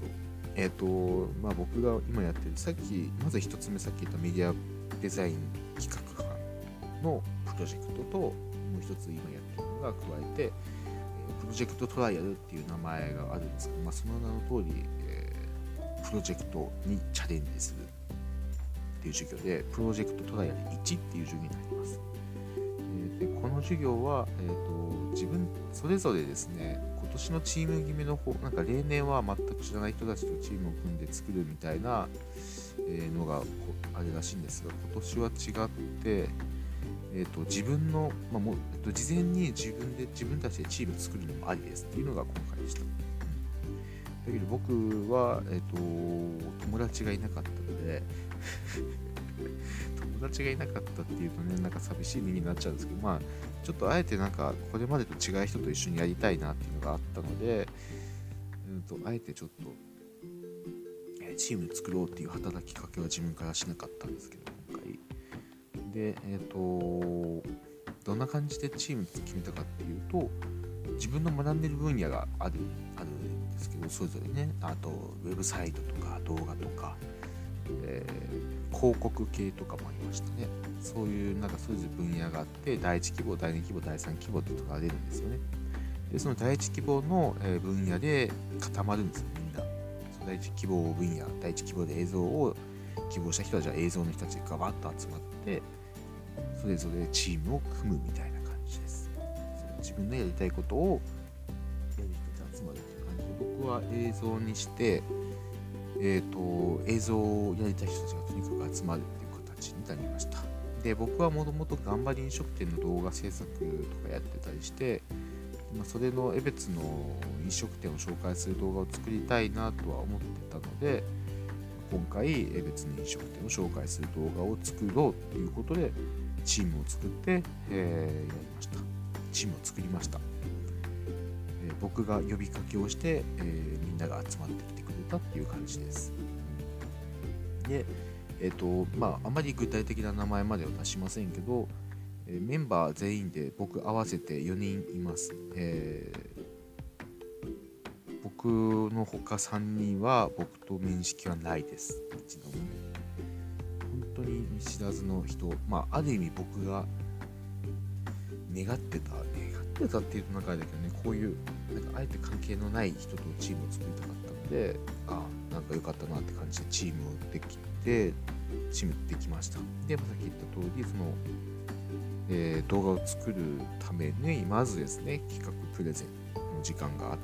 僕が今やってる、まず一つ目さっき言ったメディアデザイン企画班のプロジェクトと、もう一つ今やってるのが加えて、プロジェクトトライアルっていう名前があるんですけど、その名の通り、プロジェクトにチャレンジするっていう授業で、プロジェクトトライアル1っていう授業になります。でこの授業は、自分それぞれですね、今年のチーム決めの方、なんか例年は全く知らない人たちとチームを組んで作るみたいなのがあれらしいんですが、今年は違って、自分の、事前に自分たちでチーム作るのもありですっていうのが今回でした。 だけど僕は、友達がいなかったので友達がいなかったっていうとね、なんか寂しい意味になっちゃうんですけど、まあちょっとあえてなんかこれまでと違う人と一緒にやりたいなっていうのがあったので、あえてちょっとチーム作ろうっていう働きかけは自分からしなかったんですけど、今回で、どんな感じでチーム決めたかっていうと、自分の学んでる分野があるんですけど、それぞれね、あとウェブサイトとか動画とか、広告系とかもありましたね。そういうなんかそれぞれ分野があって、第1規模、第2規模、第3規模ってとかが出るんですよね。でその第1規模の分野で固まるんですよ、みんな。その第1規模分野、第1規模で映像を希望した人はじゃあ映像の人たちがガバッと集まって、それぞれチームを組むみたいな感じです。自分のやりたいことをやる人たち集まるっていう感じで、僕は映像にして、映像をやりたい人たちがとにかく集まるっていう形になりました。で、僕はもともと頑張り飲食店の動画制作とかやってたりして、それの江別の飲食店を紹介する動画を作りたいなとは思ってたので、今回江別の飲食店を紹介する動画を作ろうということでチームを作って、やりました。チームを作りました。僕が呼びかけをして、みんなが集まってきてくれたっていう感じです。で、あまり具体的な名前までは出しませんけど、メンバー全員で僕合わせて4人います。僕の他3人は僕と面識はないです。一度もね。本当に見知らずの人、ある意味僕が願ってたっていうとなんかあれだけどね、こういうなんかあえて関係のない人とチームを作りたかったので、なんか良かったなって感じでチームをできて、チームできました。で、さっき言った通り、その、動画を作るためにまずですね、企画プレゼンの時間があって、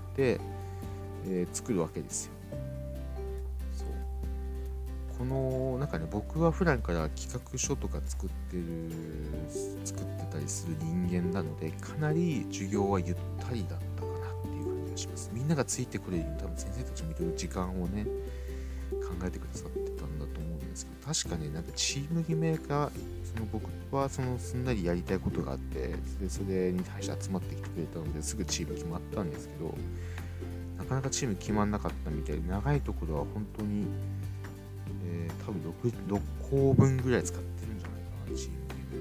作るわけですよ。そう。このなんかね、僕は普段から企画書とか作ってたりする人間なので、かなり授業はゆったりだったかなっていう感じがします。みんながついてくれるように多分先生たちもいろいろ時間をね考えてくださってたんだと思うんですけど、確かね、なんかチーム決めが僕はすんなりやりたいことがあって、それに対して集まってきてくれたのですぐチーム決まったんですけど、なかなかチーム決まんなかったみたいで、長いところは本当に、多分 6校分ぐらい使ってるんじゃないかな、チーム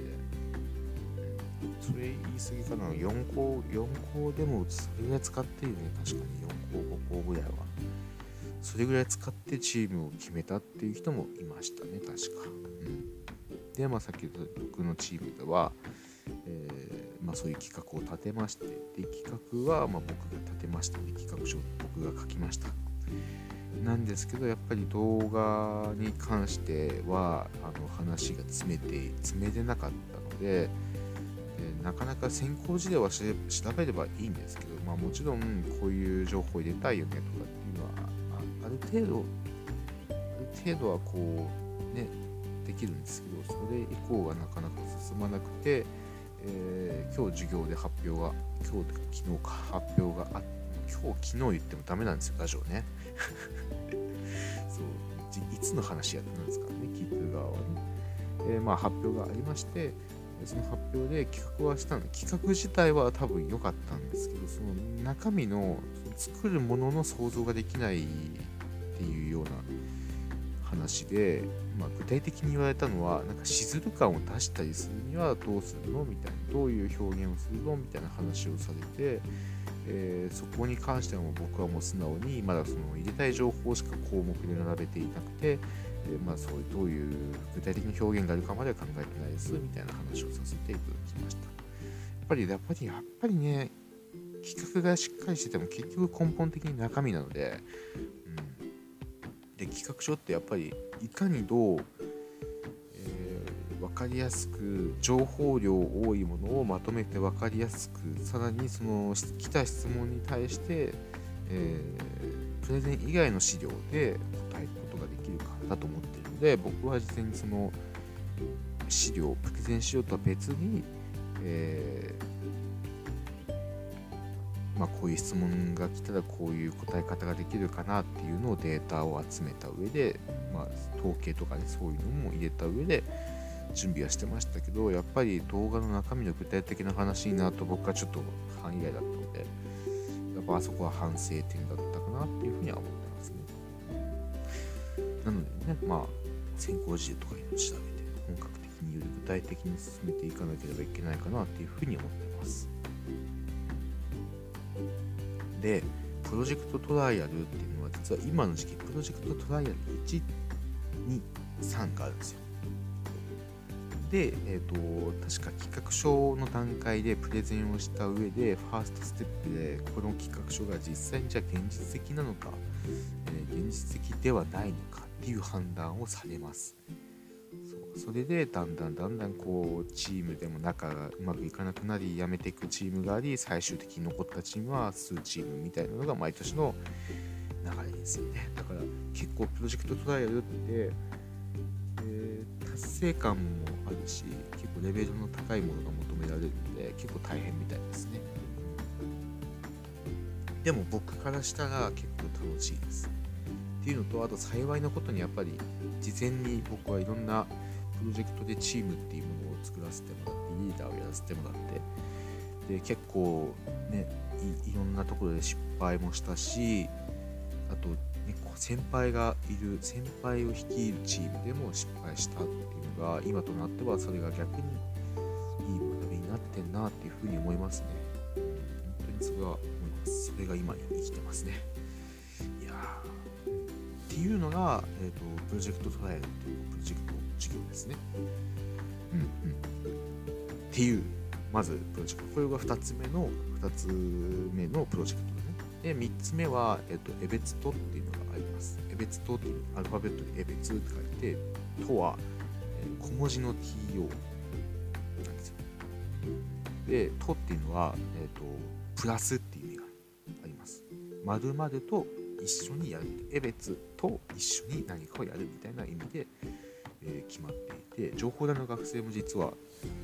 決めで。それ言い過ぎかな、4校でもそれぐらい使ってるよね、確かに4校、5校ぐらいは。それぐらい使ってチームを決めたっていう人もいましたね、確か。で、さっき言った僕のチームでは、そういう企画を立てまして、で企画は僕が立てましたね、企画書を僕が書きました。なんですけど、やっぱり動画に関しては話が詰めれなかったので、なかなか先行事例は調べればいいんですけど、もちろんこういう情報を入れたいよねとかっていうのはある程度はこうねできるんですけど、それ以降がなかなか進まなくて、今日授業で発表が昨日か発表が昨日言ってもダメなんですよ、ラジオねそういつの話やってるんですかね、聞いてる側はね。発表がありまして、その発表で企画はしたので、企画自体は多分良かったんですけど、その中身の作るものの想像ができないっていうような話で、具体的に言われたのは、なんかシズル感を出したりするにはどうするのみたいな、どういう表現をするのみたいな話をされて、そこに関しては僕はもう素直にまだその入れたい情報しか項目で並べていなくて、そういうどういう具体的な表現があるかまでは考えてないですみたいな話をさせていただきました。やっぱりね、企画がしっかりしてても結局根本的に中身なので、で企画書ってやっぱりいかにどう、分かりやすく情報量多いものをまとめて分かりやすく、さらにその来た質問に対して、プレゼン以外の資料で答えることができるからだと思っているので、僕は事前にそのプレゼン資料とは別に、 こういう質問が来たらこういう答え方ができるかなっていうのをデータを集めた上で、統計とかね、そういうのも入れた上で準備はしてましたけど、やっぱり動画の中身の具体的な話になると僕はちょっと範囲外だったので、やっぱあそこは反省点だったかなっていうふうには思ってますね。なのでね、先行事例とかいうのを調べて本格的により具体的に進めていかなければいけないかなっていうふうに思ってます。で、プロジェクトトライアルっていうのは実は今の時期プロジェクトトライアル1、2、3があるんですよ。で、確か企画書の段階でプレゼンをした上でファーストステップでこの企画書が実際にじゃあ現実的なのか、現実的ではないのかっていう判断をされます。それでだんだんこうチームでも仲がうまくいかなくなり辞めていくチームがあり、最終的に残ったチームは数チームみたいなのが毎年の流れですよね。だから結構プロジェクトトライアルって、達成感もあるし、結構レベルの高いものが求められるので結構大変みたいですね。でも僕からしたら結構楽しいですっていうのと、あと幸いなことにやっぱり事前に僕はいろんなプロジェクトでチームっていうものを作らせてもらって、リーダーをやらせてもらって、で結構ね、いろんなところで失敗もしたし、あと、先輩がいる、先輩を率いるチームでも失敗したっていうのが今となってはそれが逆にいい学びになってんなっていうふうに思いますね。本当にそれは思います。それが今に生きてますね。いやっていうのが、プロジェクトトライアルっていうプロジェクト授業ですね。っていう、まずプロジェクト。これが2つ目のプロジェクトですね。で、3つ目は、エベツトっていうのがあります。エベツトっていうアルファベットにエベツって書いて、とは、小文字の TO なんですよ。で、とっていうのは、プラスっていう意味があります。〇〇と一緒にやる。エベツと一緒に何かをやるみたいな意味で、決まっていて、情報大の学生も実は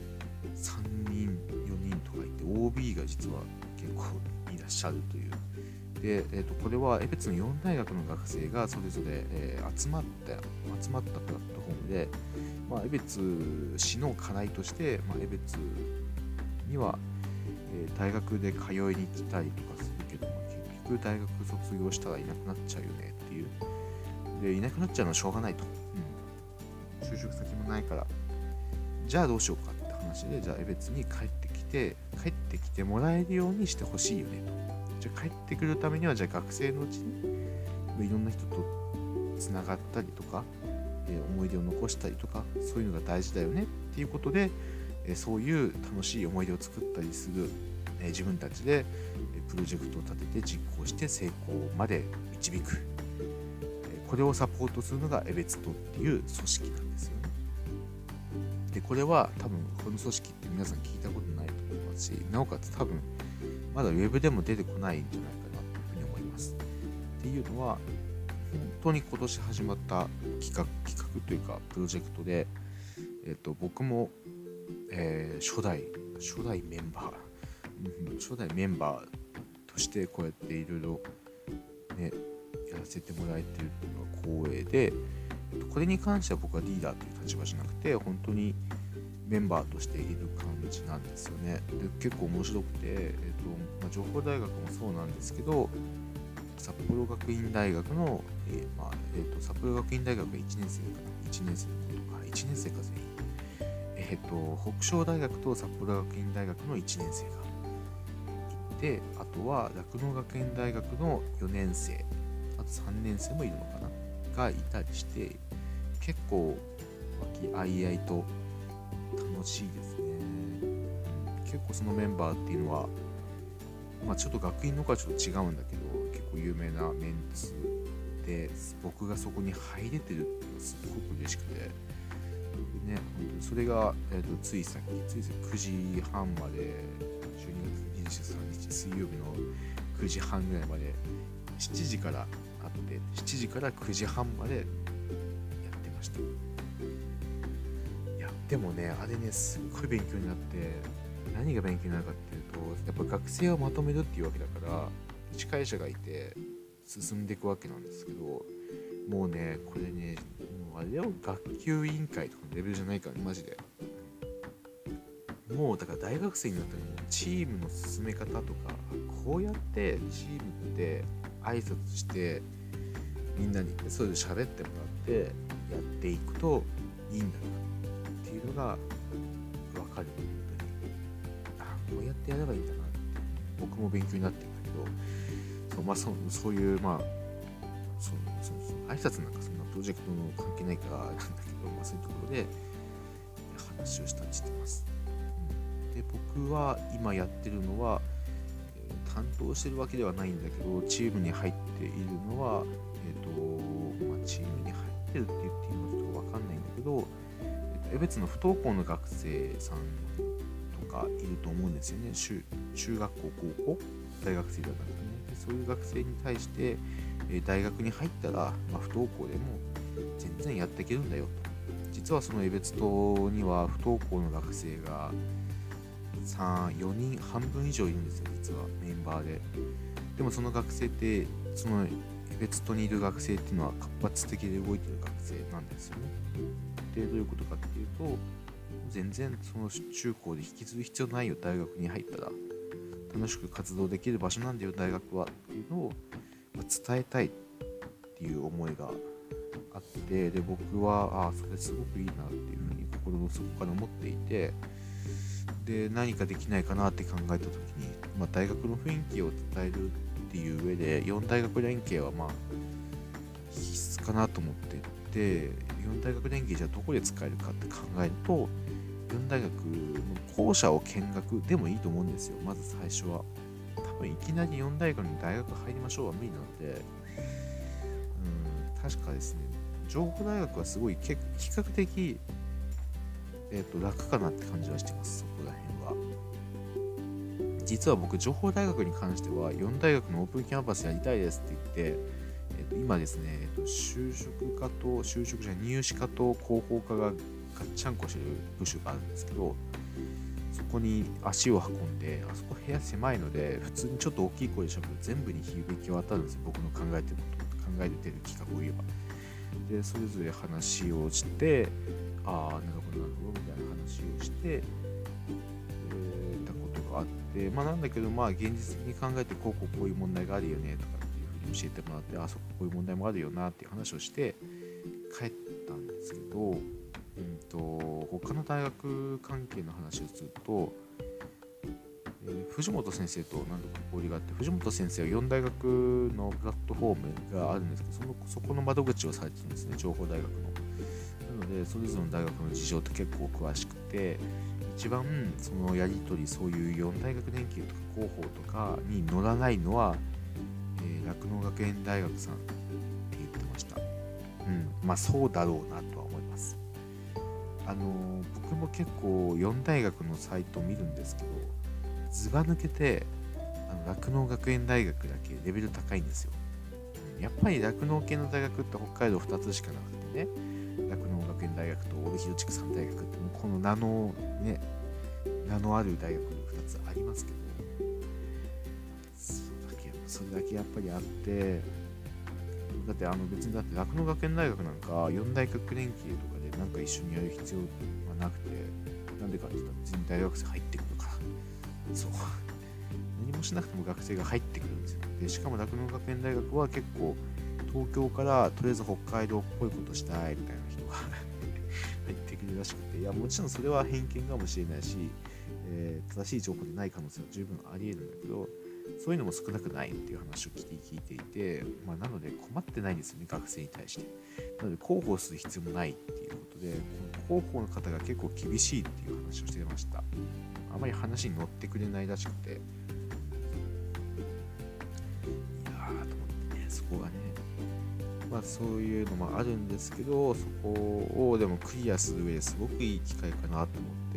3人、4人とかいて、OB が実は結構いらっしゃるという。で、これは江別の4大学の学生がそれぞれ、集まったプラットフォームで、江別市の課題として、江別には、大学で通いに行きたいとかするけど、結局大学卒業したらいなくなっちゃうよねっていう。で、いなくなっちゃうのはしょうがないと。就職先もないから、じゃあどうしようかって話で、じゃあ江別に帰ってきてもらえるようにしてほしいよねと。じゃあ帰ってくるためには、じゃあ学生のうちにいろんな人とつながったりとか、思い出を残したりとか、そういうのが大事だよねっていうことで、そういう楽しい思い出を作ったりする、自分たちでプロジェクトを立てて実行して成功まで導く、これをサポートするのが江別とっていう組織なんですよね。で、これは多分この組織って皆さん聞いたことないと思いますし、なおかつ多分まだウェブでも出てこないんじゃないかなというふうに思います。っていうのは、本当に今年始まった企画というかプロジェクトで、僕も、初代メンバーとしてこうやっていろいろねやらせてもらえてるっていうのは光栄で、これに関しては僕はリーダーという立場じゃなくて本当にメンバーとしている感じなんですよね。で、結構面白くて、情報大学もそうなんですけど、札幌学院大学の、札幌学院大学が1年生かな、1年生の子とか、1年生か全員。北昇大学と札幌学院大学の1年生がいて、あとは酪農学園大学の4年生、あと3年生もいるのかながいたりして、結構和気あいあいと楽しいですね。結構そのメンバーっていうのは、ちょっと学院の子はちょっと違うんだけど、結構有名なメンツで、僕がそこに入れてるっていうのはすごく嬉しくて、ね、本当にそれが、ついさっき9時半まで、12月23日水曜日の9時半ぐらいまで、7時からあって、7時から9時半までやってました。いや、でもね、あれね、すっごい勉強になって、何が勉強になるかっていうと、 やっぱ学生をまとめるっていうわけだから司会者がいて進んでいくわけなんですけど、もうねこれねもうあれを学級委員会とかのレベルじゃないからねマジで。もうだから大学生になったらもうチームの進め方とかこうやってチームで挨拶してみんなにそれで喋ってもらってやっていくといいんだなっていうのが分かる。本当にこうやってやればいいんだなって僕も勉強になってるんだけど、そういう挨拶なんかそんなプロジェクトの関係ないからなんだけど、そういうところで話をしたりしてます。で僕は今やってるのは、担当してるわけではないんだけどチームに入っているのは、チームに入ってるって言っていいのかちょっと分かんないんだけど、江別の不登校の学生さんとかいると思うんですよね。中学校高校大学生だったらね。でそういう学生に対して、大学に入ったら、不登校でも全然やっていけるんだよと。実はその江別島には不登校の学生が4人半分以上いるんですよ、実はメンバーで。でもその学生ってその江別島にいる学生っていうのは活発的で動いてる学生なんですよね。でどういうことかっていうと、全然その中高で引きずる必要ないよ、大学に入ったら楽しく活動できる場所なんだよ大学はっていうのを伝えたいっていう思いがあって、で僕はそれすごくいいなっていうふうに心の底から思っていて、で何かできないかなって考えた時に、大学の雰囲気を伝えるっていう上で4大学連携は必須かなと思ってて、4大学連携じゃどこで使えるかって考えると4大学の校舎を見学でもいいと思うんですよ。まず最初は多分いきなり4大学に大学入りましょうは無理なので、確かですね情報大学はすごい比較的楽かなって感じはしてます。そこら辺は実は僕情報大学に関しては4大学のオープンキャンパスやりたいですって言って、今ですね、入試科と広報科がガッチャンコしてる部署があるんですけど、そこに足を運んで、あそこ部屋狭いので普通にちょっと大きい声で喋ると全部に響き渡るんですよ。僕の考えてる企画を言えば。でそれぞれ話をして、なるほどみたいな話をしてたことがあって、なんだけど現実的に考えてこういう問題があるよねとかっていうふうに教えてもらって、そここういう問題もあるよなっていう話をして帰ったんですけど、他の大学関係の話をすると、藤本先生と何度か交流があって、藤本先生は4大学のプラットフォームがあるんですけど、そこの窓口をされてるんですね、情報大学の。なのでそれぞれの大学の事情って結構詳しくて、一番そのやり取り、そういう4大学連携とか広報とかに乗らないのは、酪農学園大学さんって言ってました。そうだろうなとは思います。僕も結構4大学のサイトを見るんですけど、図が抜けて酪農学園大学だけレベル高いんですよ。やっぱり酪農系の大学って北海道2つしかなくてね、酪農学園大学と帯広畜産大学ってもうこの名のある大学2つありますけど、それだけやっぱりあって、だって別に酪農学園大学なんか4大学連携とかでなんか一緒にやる必要はなくて、なんでかって言ったら別に大学生入ってくるから、そう何もしなくても学生が入ってくるんですよ。でしかも酪農学園大学は結構東京からとりあえず北海道っぽいことしたいみたいな人が入ってくるらしくて、いやもちろんそれは偏見かもしれないし、正しい情報でない可能性は十分あり得るんだけど、そういうのも少なくないっていう話を聞いていて、なので困ってないんですよね、学生に対して。なので広報する必要もないっていうことで、この広報の方が結構厳しいっていう話をしてました。あまり話に乗ってくれないらしくて、いやーと思ってね、そこがね、そういうのもあるんですけど、そこをでもクリアする上ですごくいい機会かなと思って、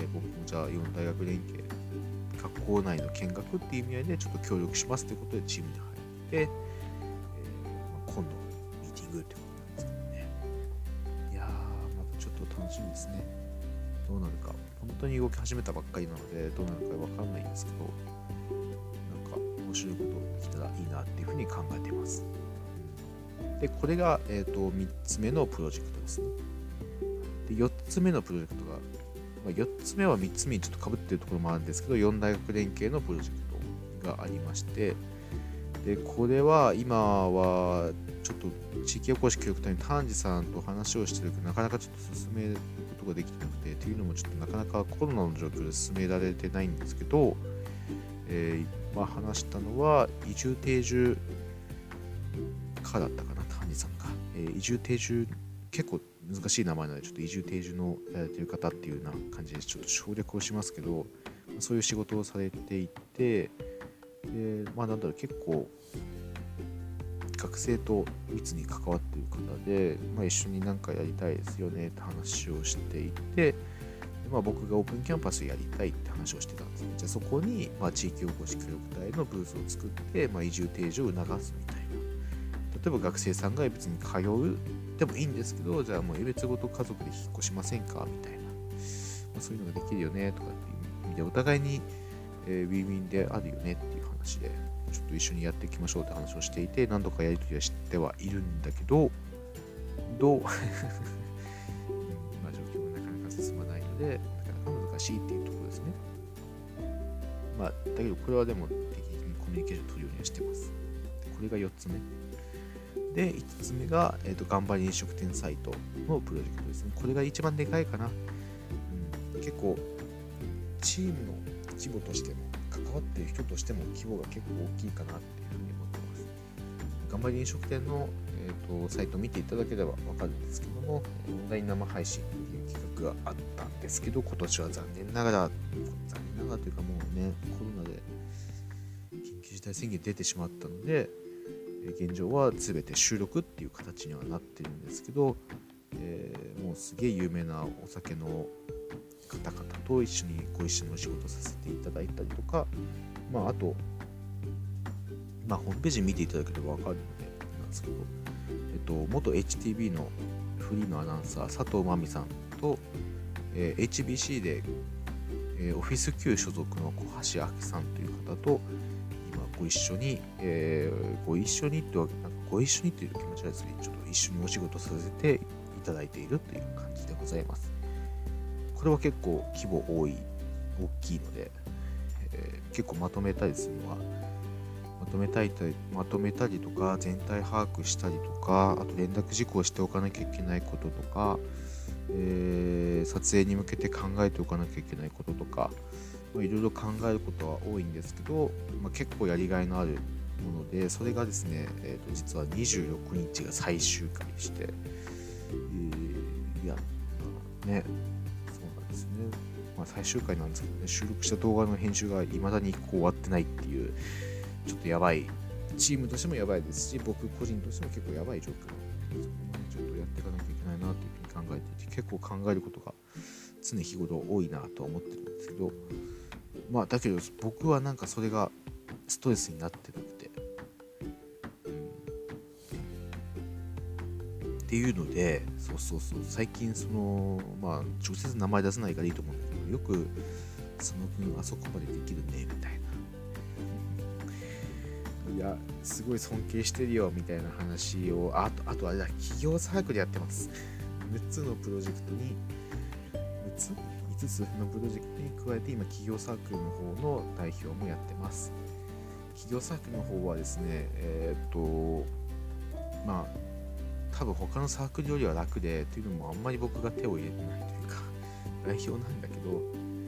僕もじゃあ4大学連携学校内の見学っていう意味合いでちょっと協力しますということでチームに入って、今度ミーティングってことなんですけどね。いやー、またちょっと楽しみですね。どうなるか。本当に動き始めたばっかりなのでどうなるかわかんないんですけど、 なんか面白いことできたらいいなっていうふうに考えています。でこれが、3つ目のプロジェクトですね。で4つ目のプロジェクトが、4つ目は3つ目にちょっと被っているところもあるんですけど、4大学連携のプロジェクトがありまして、でこれは今はちょっと地域おこし協力隊の丹治さんと話をしてるけど、なかなかちょっと進めることができてなくて、っていうのもちょっとなかなかコロナの状況で進められてないんですけど、話したのは移住定住かだったかな、丹治さんが、移住定住、結構難しい名前なのでちょっと移住定住のやられてる方っていうような感じでちょっと省略をしますけど、そういう仕事をされていて、でなんだろう、結構学生と密に関わっている方で、一緒に何かやりたいですよねって話をしていて、僕がオープンキャンパスやりたいって話をしてたんですね。じゃあそこに、地域おこし協力隊のブースを作って、移住定住を促すみたいな。例えば学生さんが別に通うでもいいんですけど、じゃあもう別ごと家族で引っ越しませんかみたいな、そういうのができるよねとかっていう意味で、お互いに、ウィンウィンであるよねっていう話で、ちょっと一緒にやっていきましょうって話をしていて、何度かやり取りはしてはいるんだけど、状況がなかなか進まないので、なかなか難しいっていうところですね。だけどこれはでも定期的にコミュニケーションを取るようにはしてます。これが4つ目。で、5つ目が、頑張り飲食店サイトのプロジェクトですね。これが一番でかいかな。結構、チームの規模としても、関わっている人としても規模が結構大きいかなっていうふうに思ってます。頑張り飲食店の、サイトを見ていただければ分かるんですけども、オンライン生配信という企画があったんですけど、今年は残念ながらというかもうね、コロナで緊急事態宣言出てしまったので、現状は全て収録っていう形にはなってるんですけど、もうすげえ有名なお酒の方々とご一緒にお仕事させていただいたりとか、あと、ホームページ見ていただければ分かるのでなんですけど、元 HTB のフリーのアナウンサー佐藤真美さんと、HBC で、オフィス Q 所属の小橋明さんという方と今ご一緒にっていう気持ちはですね、ちょっと一緒にお仕事させていただいているという感じでございます。これは結構規模大きいので、結構まとめたりするのはまとめたりとか、全体把握したりとか、あと連絡事項をしておかなきゃいけないこととか、撮影に向けて考えておかなきゃいけないこととか、いろいろ考えることは多いんですけど、結構やりがいのあるもので、それがですね、実は26日が最終回でして、そうなんですね。最終回なんですけどね、収録した動画の編集が未だに終わってないっていう、ちょっとやばい、チームとしてもやばいですし、僕個人としても結構やばい状況なので、そこまでちょっとやっていかなきゃいけないなというふうに考えていて、結構考えることが常日頃多いなとは思ってるんですけど、だけど僕はなんかそれがストレスになってなくて、っていうので、最近直接名前出せないからいいと思うんだけど、よくその分あそこまでできるねみたいな、いやすごい尊敬してるよみたいな話を、あとあれだ、企業サークルやってます。6つのプロジェクトに5つのプロジェクトに加えて、今企業サークルの方の代表もやってます。企業サークルの方はですね、多分他のサークルよりは楽で、というのもあんまり僕が手を入れてないというか代表なんだけど、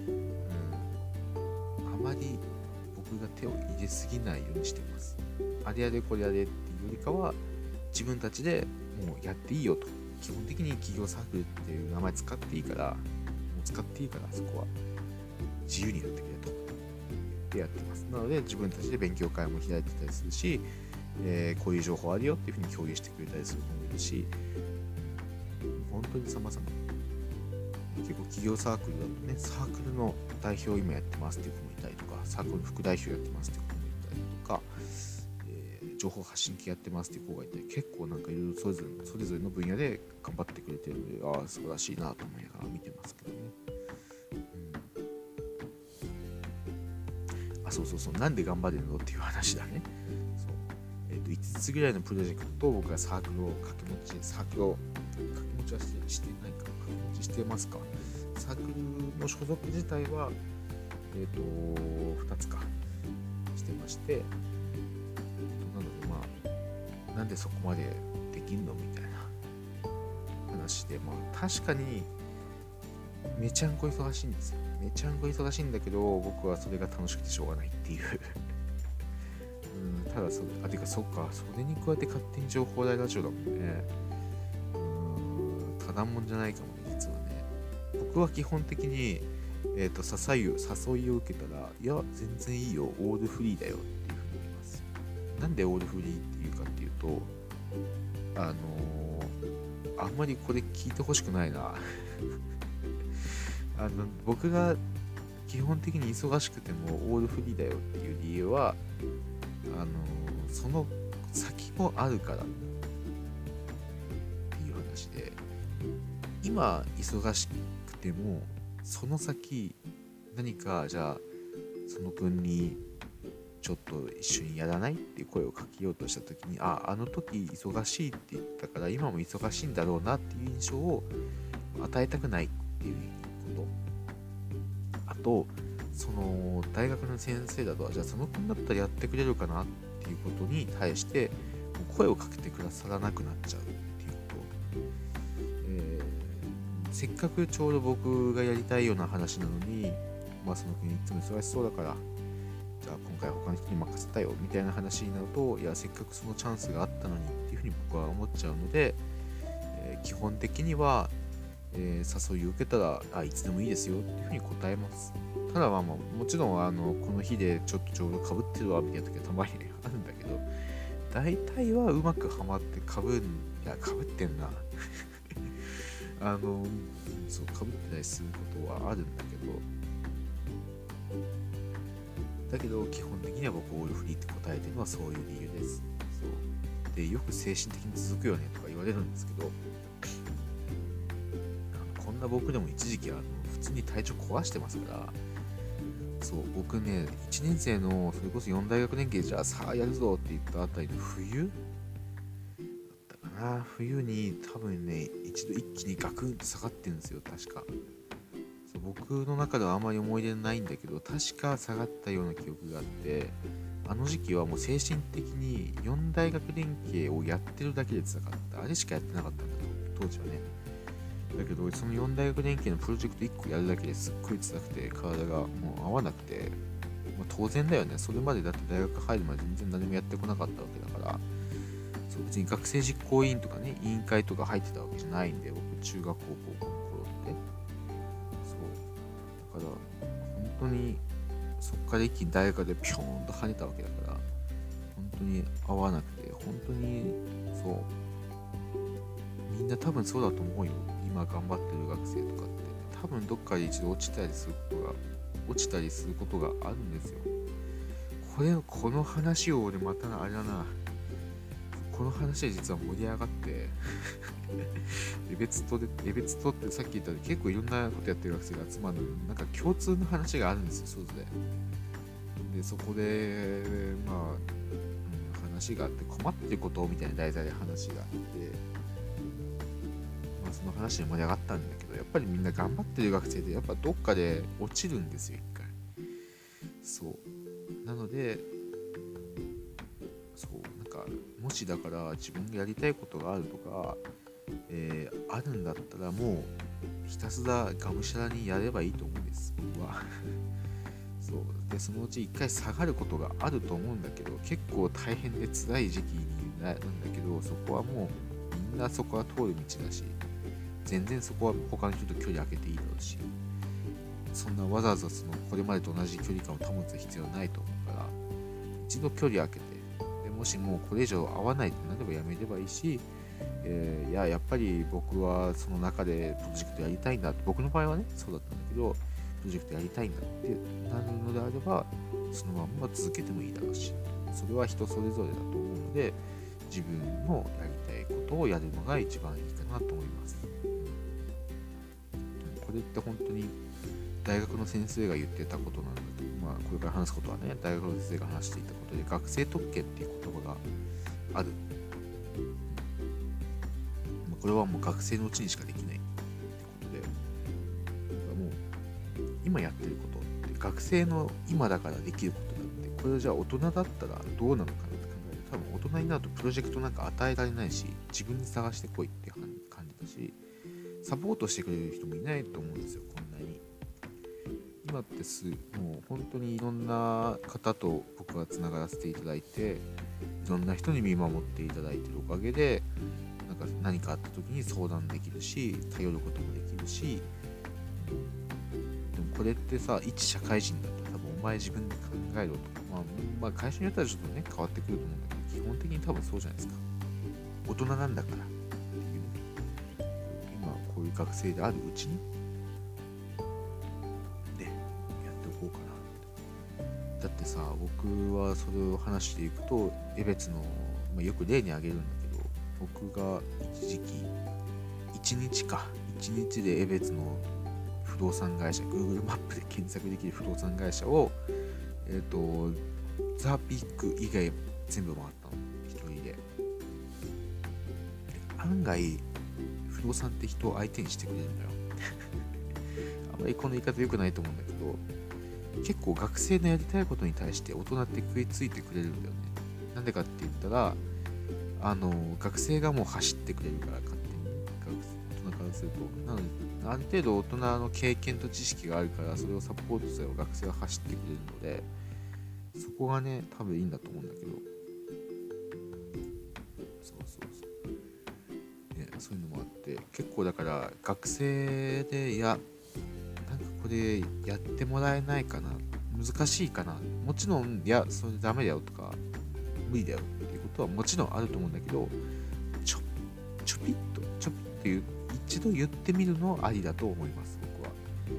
あまり僕が手を入れすぎないようにしています。あれやれこれやれっていうよりかは、自分たちでもうやっていいよと、基本的に企業サークルっていう名前使っていいから、そこは自由にやってくれと言ってやってます。なので自分たちで勉強会も開いてたりするし、こういう情報あるよっていうふうに共有してくれたりする子もいるし、本当に様々。結構企業サークルだとね、サークルの代表今やってますっていう子もいたりとか、サークルの副代表やってますっていう子もいたりとか、情報発信機やってますっていう子がいたり、結構なんかいろいろそれぞれの分野で頑張ってくれてるので、素晴らしいなと思いながら見てますけどね。あそうそうそう、なんで頑張れるのっていう話だね。そう、5つぐらいのプロジェクトと僕はサークルを掛け持ちはしてないか、掛け持ちしてますか。サークルの所属自体は、2つかしてまして、なのでなんでそこまでできんのみたいな話で、確かにめちゃんこ忙しいんですよ。めちゃんこ忙しいんだけど、僕はそれが楽しくてしょうがないっていうただてかそっか、それに加えて勝手に情報大ラジオだもんね。ただもんじゃないかもね、実はね。僕は基本的に、誘いを受けたら、いや、全然いいよ、オールフリーだよっていうふうに言います。なんでオールフリーっていうかっていうと、あんまりこれ聞いてほしくないな僕が基本的に忙しくてもオールフリーだよっていう理由は、その先もあるからっていう話で、今忙しくてもその先何か、じゃあその君にちょっと一緒にやらないっていう声をかけようとした時に、あの時忙しいって言ったから今も忙しいんだろうなっていう印象を与えたくないっていうこと。あと、その大学の先生だと、じゃあその君だったらやってくれるかなっていうことに対して声をかけてくださらなくなっちゃうっていうこと。せっかくちょうど僕がやりたいような話なのに、その君いつも忙しそうだから、じゃあ今回他の人に任せたよみたいな話になると、いや、せっかくそのチャンスがあったのにっていうふうに僕は思っちゃうので、基本的には、誘いを受けたらいつでもいいですよっていうふうに答えます。ただもちろんこの日でちょうどかぶってるわみたいな時はたまにあるんだけど、大体はうまくはまってかぶってんなそうかぶってたりすることはあるんだけど、基本的には僕オールフリーって答えてるのはそういう理由です。そうで、よく精神的に続くよねとか言われるんですけど、こんな僕でも一時期普通に体調壊してますから。そう僕ね、1年生のそれこそ4大学連携じゃあさあやるぞって言ったあたりの冬だったかな。冬に多分ね、一度一気にガクンと下がってるんですよ、確か。そう僕の中ではあんまり思い出ないんだけど、確か下がったような記憶があって、あの時期はもう精神的に4大学連携をやってるだけで辛かった。あれしかやってなかったんだと、当時はね。だけどその4大学連携のプロジェクト1個やるだけですっごい辛くて、体がもう合わなくて、当然だよね。それまでだって大学入るまで全然何もやってこなかったわけだから、そう別に学生実行委員とかね、委員会とか入ってたわけじゃないんで、僕中学校高校の頃ってそうだから本当にそっから一気に大学でピョーンと跳ねたわけだから、本当に合わなくて、本当にそうみんな多分そうだと思うよ。今頑張ってる学生とかって多分どっかで一度落ちたりすることがあるんですよ。この話を俺またあれだな、この話で実は盛り上がってエベツトってさっき言ったように結構いろんなことやってる学生が集まるのに、なんか共通の話があるんですよ、それぞれ。でそこで話があって、困ってることみたいな題材で話があって、その話で盛り上がったんだけど、やっぱりみんな頑張ってる学生でやっぱどっかで落ちるんですよ、一回。そうなので、なんかもしだから自分がやりたいことがあるとか、あるんだったらもうひたすらがむしゃらにやればいいと思うんです、僕はそうで、そのうち一回下がることがあると思うんだけど、結構大変で辛い時期になるんだけど、そこはもうみんなそこは通る道だし、全然そこは他の人と距離空けていいだろうし、そんなわざわざこれまでと同じ距離感を保つ必要はないと思うから、一度距離空けて、でもしもうこれ以上合わないってなればやめればいいし、やっぱり僕はその中でプロジェクトやりたいんだって、僕の場合はねそうだったんだけど、プロジェクトやりたいんだってなるのであれば、そのまま続けてもいいだろうし、それは人それぞれだと思うので、自分のやりたいことをやるのが一番いいかなと思います。これって本当に大学の先生が言ってたことなんだけど、まあこれから話すことはね、大学の先生が話していたことで、学生特権っていう言葉がある。これはもう学生のうちにしかできないってことで、もう今やってることって学生の今だからできることだって、これじゃあ大人だったらどうなのかなって考えると、多分大人になるとプロジェクトなんか与えられないし、自分に探してこいっていう感じだし、サポートしてくれる人もいないと思うんですよ、こんなに。今ってもう本当にいろんな方と僕はつながらせていただいて、いろんな人に見守っていただいてるおかげで、何かあった時に相談できるし、頼ることもできるし、でもこれってさ、一社会人だと多分お前自分で考えろとか、まあ会社によってはちょっとね変わってくると思うんだけど、基本的に多分そうじゃないですか。大人なんだからっていう、今こういう学生であるうちにね、やっておこうかな。だってさ、僕はそれを話していくと、江別の、よく例に挙げるんだけど、僕が一時期1日で江別の不動産会社、Google マップで検索できる不動産会社をザ・ビッグ以外全部回ったの、一人で。案外不動産って人を相手にしてくれるんだよあんまりこの言い方良くないと思うんだけど、結構学生のやりたいことに対して大人って食いついてくれるんだよね。なんでかって言ったら、学生がもう走ってくれるから、勝手に大人からすると。なのである程度大人の経験と知識があるから、それをサポートすれば学生は走ってくれるので、そこがね多分いいんだと思うんだけど、そういうのもあって、結構だから学生で、なんかこれやってもらえないかな、難しいかな、もちろんそれダメだよとか無理だよっていうことはもちろんあると思うんだけど、ちょぴって一度言ってみるのはありだと思います、僕は。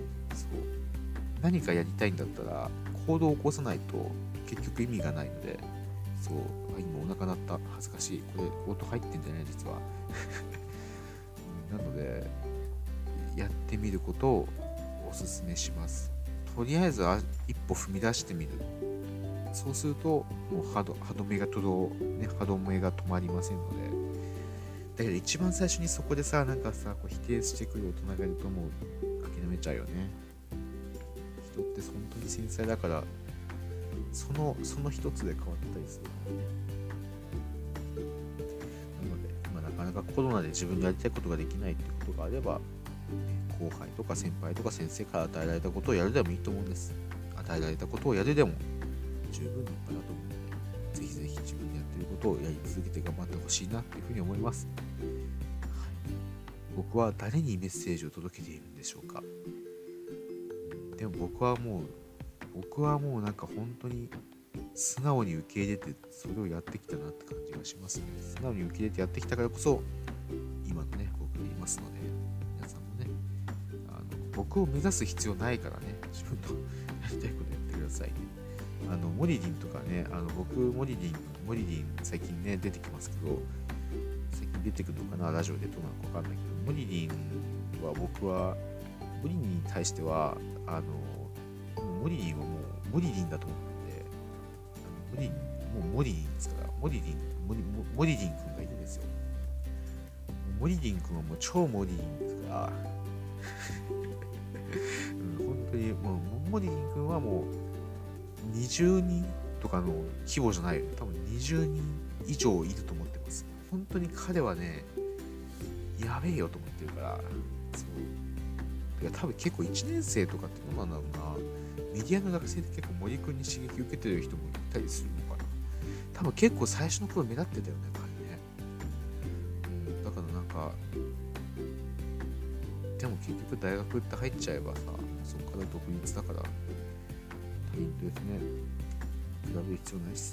何かやりたいんだったら行動を起こさないと結局意味がないので、今お腹鳴った、恥ずかしい、これ音入ってんじゃない実はなのでやってみることをおすすめします。とりあえず一歩踏み出してみる。そうするともう歯止めが止まりませんので。だけど一番最初にそこでさ、こう否定してくる大人がいるともう諦めちゃうよね。人って本当に繊細だから、その一つで変わったりするからね。なので、なかなかコロナで自分でやりたいことができないってことがあれば、後輩とか先輩とか先生から与えられたことをやるでもいいと思うんです。与えられたことをやるでも十分立派だと思うので、ぜひぜひ自分でやっていることをやり続けて頑張ってほしいなっていうふうに思います。僕は誰にメッセージを届けているんでしょうか。でも僕はもうなんか本当に素直に受け入れてそれをやってきたなって感じがしますね。素直に受け入れてやってきたからこそ今のね僕がいますので、皆さんもね僕を目指す必要ないからね、自分のやりたいことやってくださいね。モリリンとかね、僕モリリン最近ね出てきますけど、最近出てくるのかな、ラジオでどうなのかわかんないけど、モリリンに対してはモリリンはもうモリリンだと思ってて、モリリンですから、モリリン君がいるんですよ。モリリン君はもう超モリリンですから本当にもうモリリン君はもう20人とかの規模じゃないよ、多分20人以上いると思ってます。本当に彼はねやべえよと思ってるから。多分結構1年生とかってどうなんだろうな、メディアの学生で結構森くんに刺激受けてる人もいたりするのかな。多分結構最初の頃目立ってたよね、彼ね。だからでも結局大学って入っちゃえばさ、そこから独立だから他人とですね比べる必要ないしさ、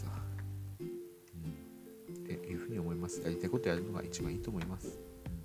っていうふうに思います。やりたいことやるのが一番いいと思います。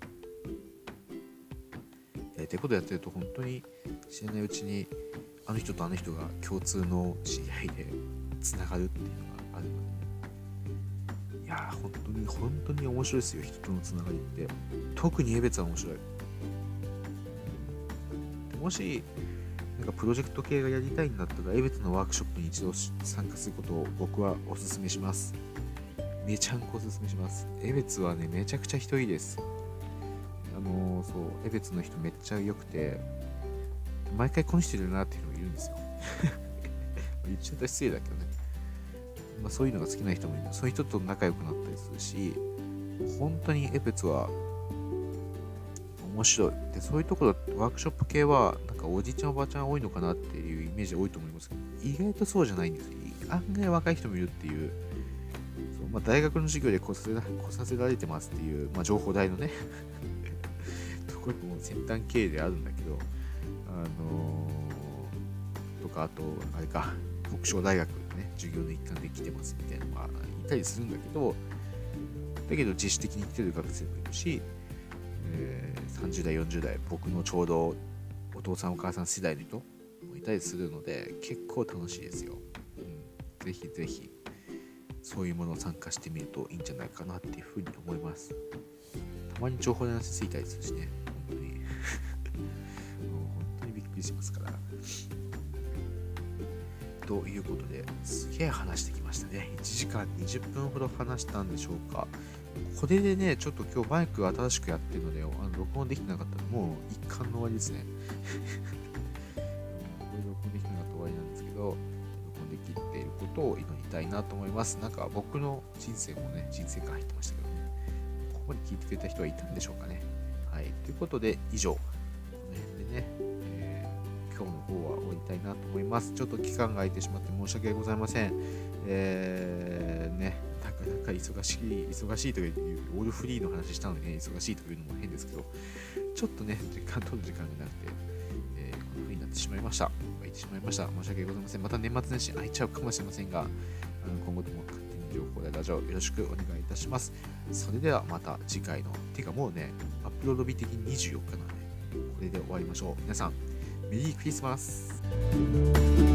やりたいことやってると本当に知らないうちにあの人とあの人が共通の知り合いでつながるっていうのがあるので、いやー本当に面白いですよ、人とのつながりって。特に江別は面白い。もしなんかプロジェクト系がやりたいんだったら、江別のワークショップに一度参加することを僕はお勧めします。めちゃんこお勧めします。江別はね、めちゃくちゃ人いいです。そう、江別の人めっちゃ良くて、毎回この人いるなっていうのもいるんですよ。言っちゃったら失礼だけどね。そういうのが好きな人もいる。そういう人と仲良くなったりするし、本当に江別は面白い。で、そういうところ、ワークショップ系は、なんかおじちゃんおばちゃん多いのかなっていうイメージ多いと思いますけど、意外とそうじゃないんですよ。案外若い人もいるっていう、大学の授業で来させられてますっていう、情報大のね、ところも先端系であるんだけど、とか、あと、あれか、北昇大学のね、授業の一環で来てますみたいなのがいたりするんだけど自主的に来てる学生もいるし、30代、40代、僕のちょうどお父さんお母さん世代の人もいたりするので、結構楽しいですよ。ぜひぜひ、そういうものを参加してみるといいんじゃないかなっていうふうに思います。たまに情報の話ついたりするしね、本当に。もう本当にびっくりしますから。ということで、すげえ話してきましたね。1時間20分ほど話したんでしょうか。これでね、ちょっと今日マイク新しくやってるので、録音できてなかったらもう一貫の終わりですね。これ録音できてなかったら終わりなんですけど、録音できていることを祈りたいなと思います。なんか僕の人生もね、人生観入ってましたけどね、ここまで聞いてくれた人はいたんでしょうかね。はい。ということで、以上、この辺でね、今日の方は終わりたいなと思います。ちょっと期間が空いてしまって申し訳ございません。なかなか忙しいという、オールフリーの話したのにね、忙しいというのも変ですけど、ちょっとね、取る時間がなくて、この風になってしまいました。申し訳ございません。また年末年始空いちゃうかもしれませんが、今後とも勝手に情報やラジオよろしくお願いいたします。それではまた次回の、てかもうね、アップロード日的に24日なので、これで終わりましょう。皆さん、メリークリスマス。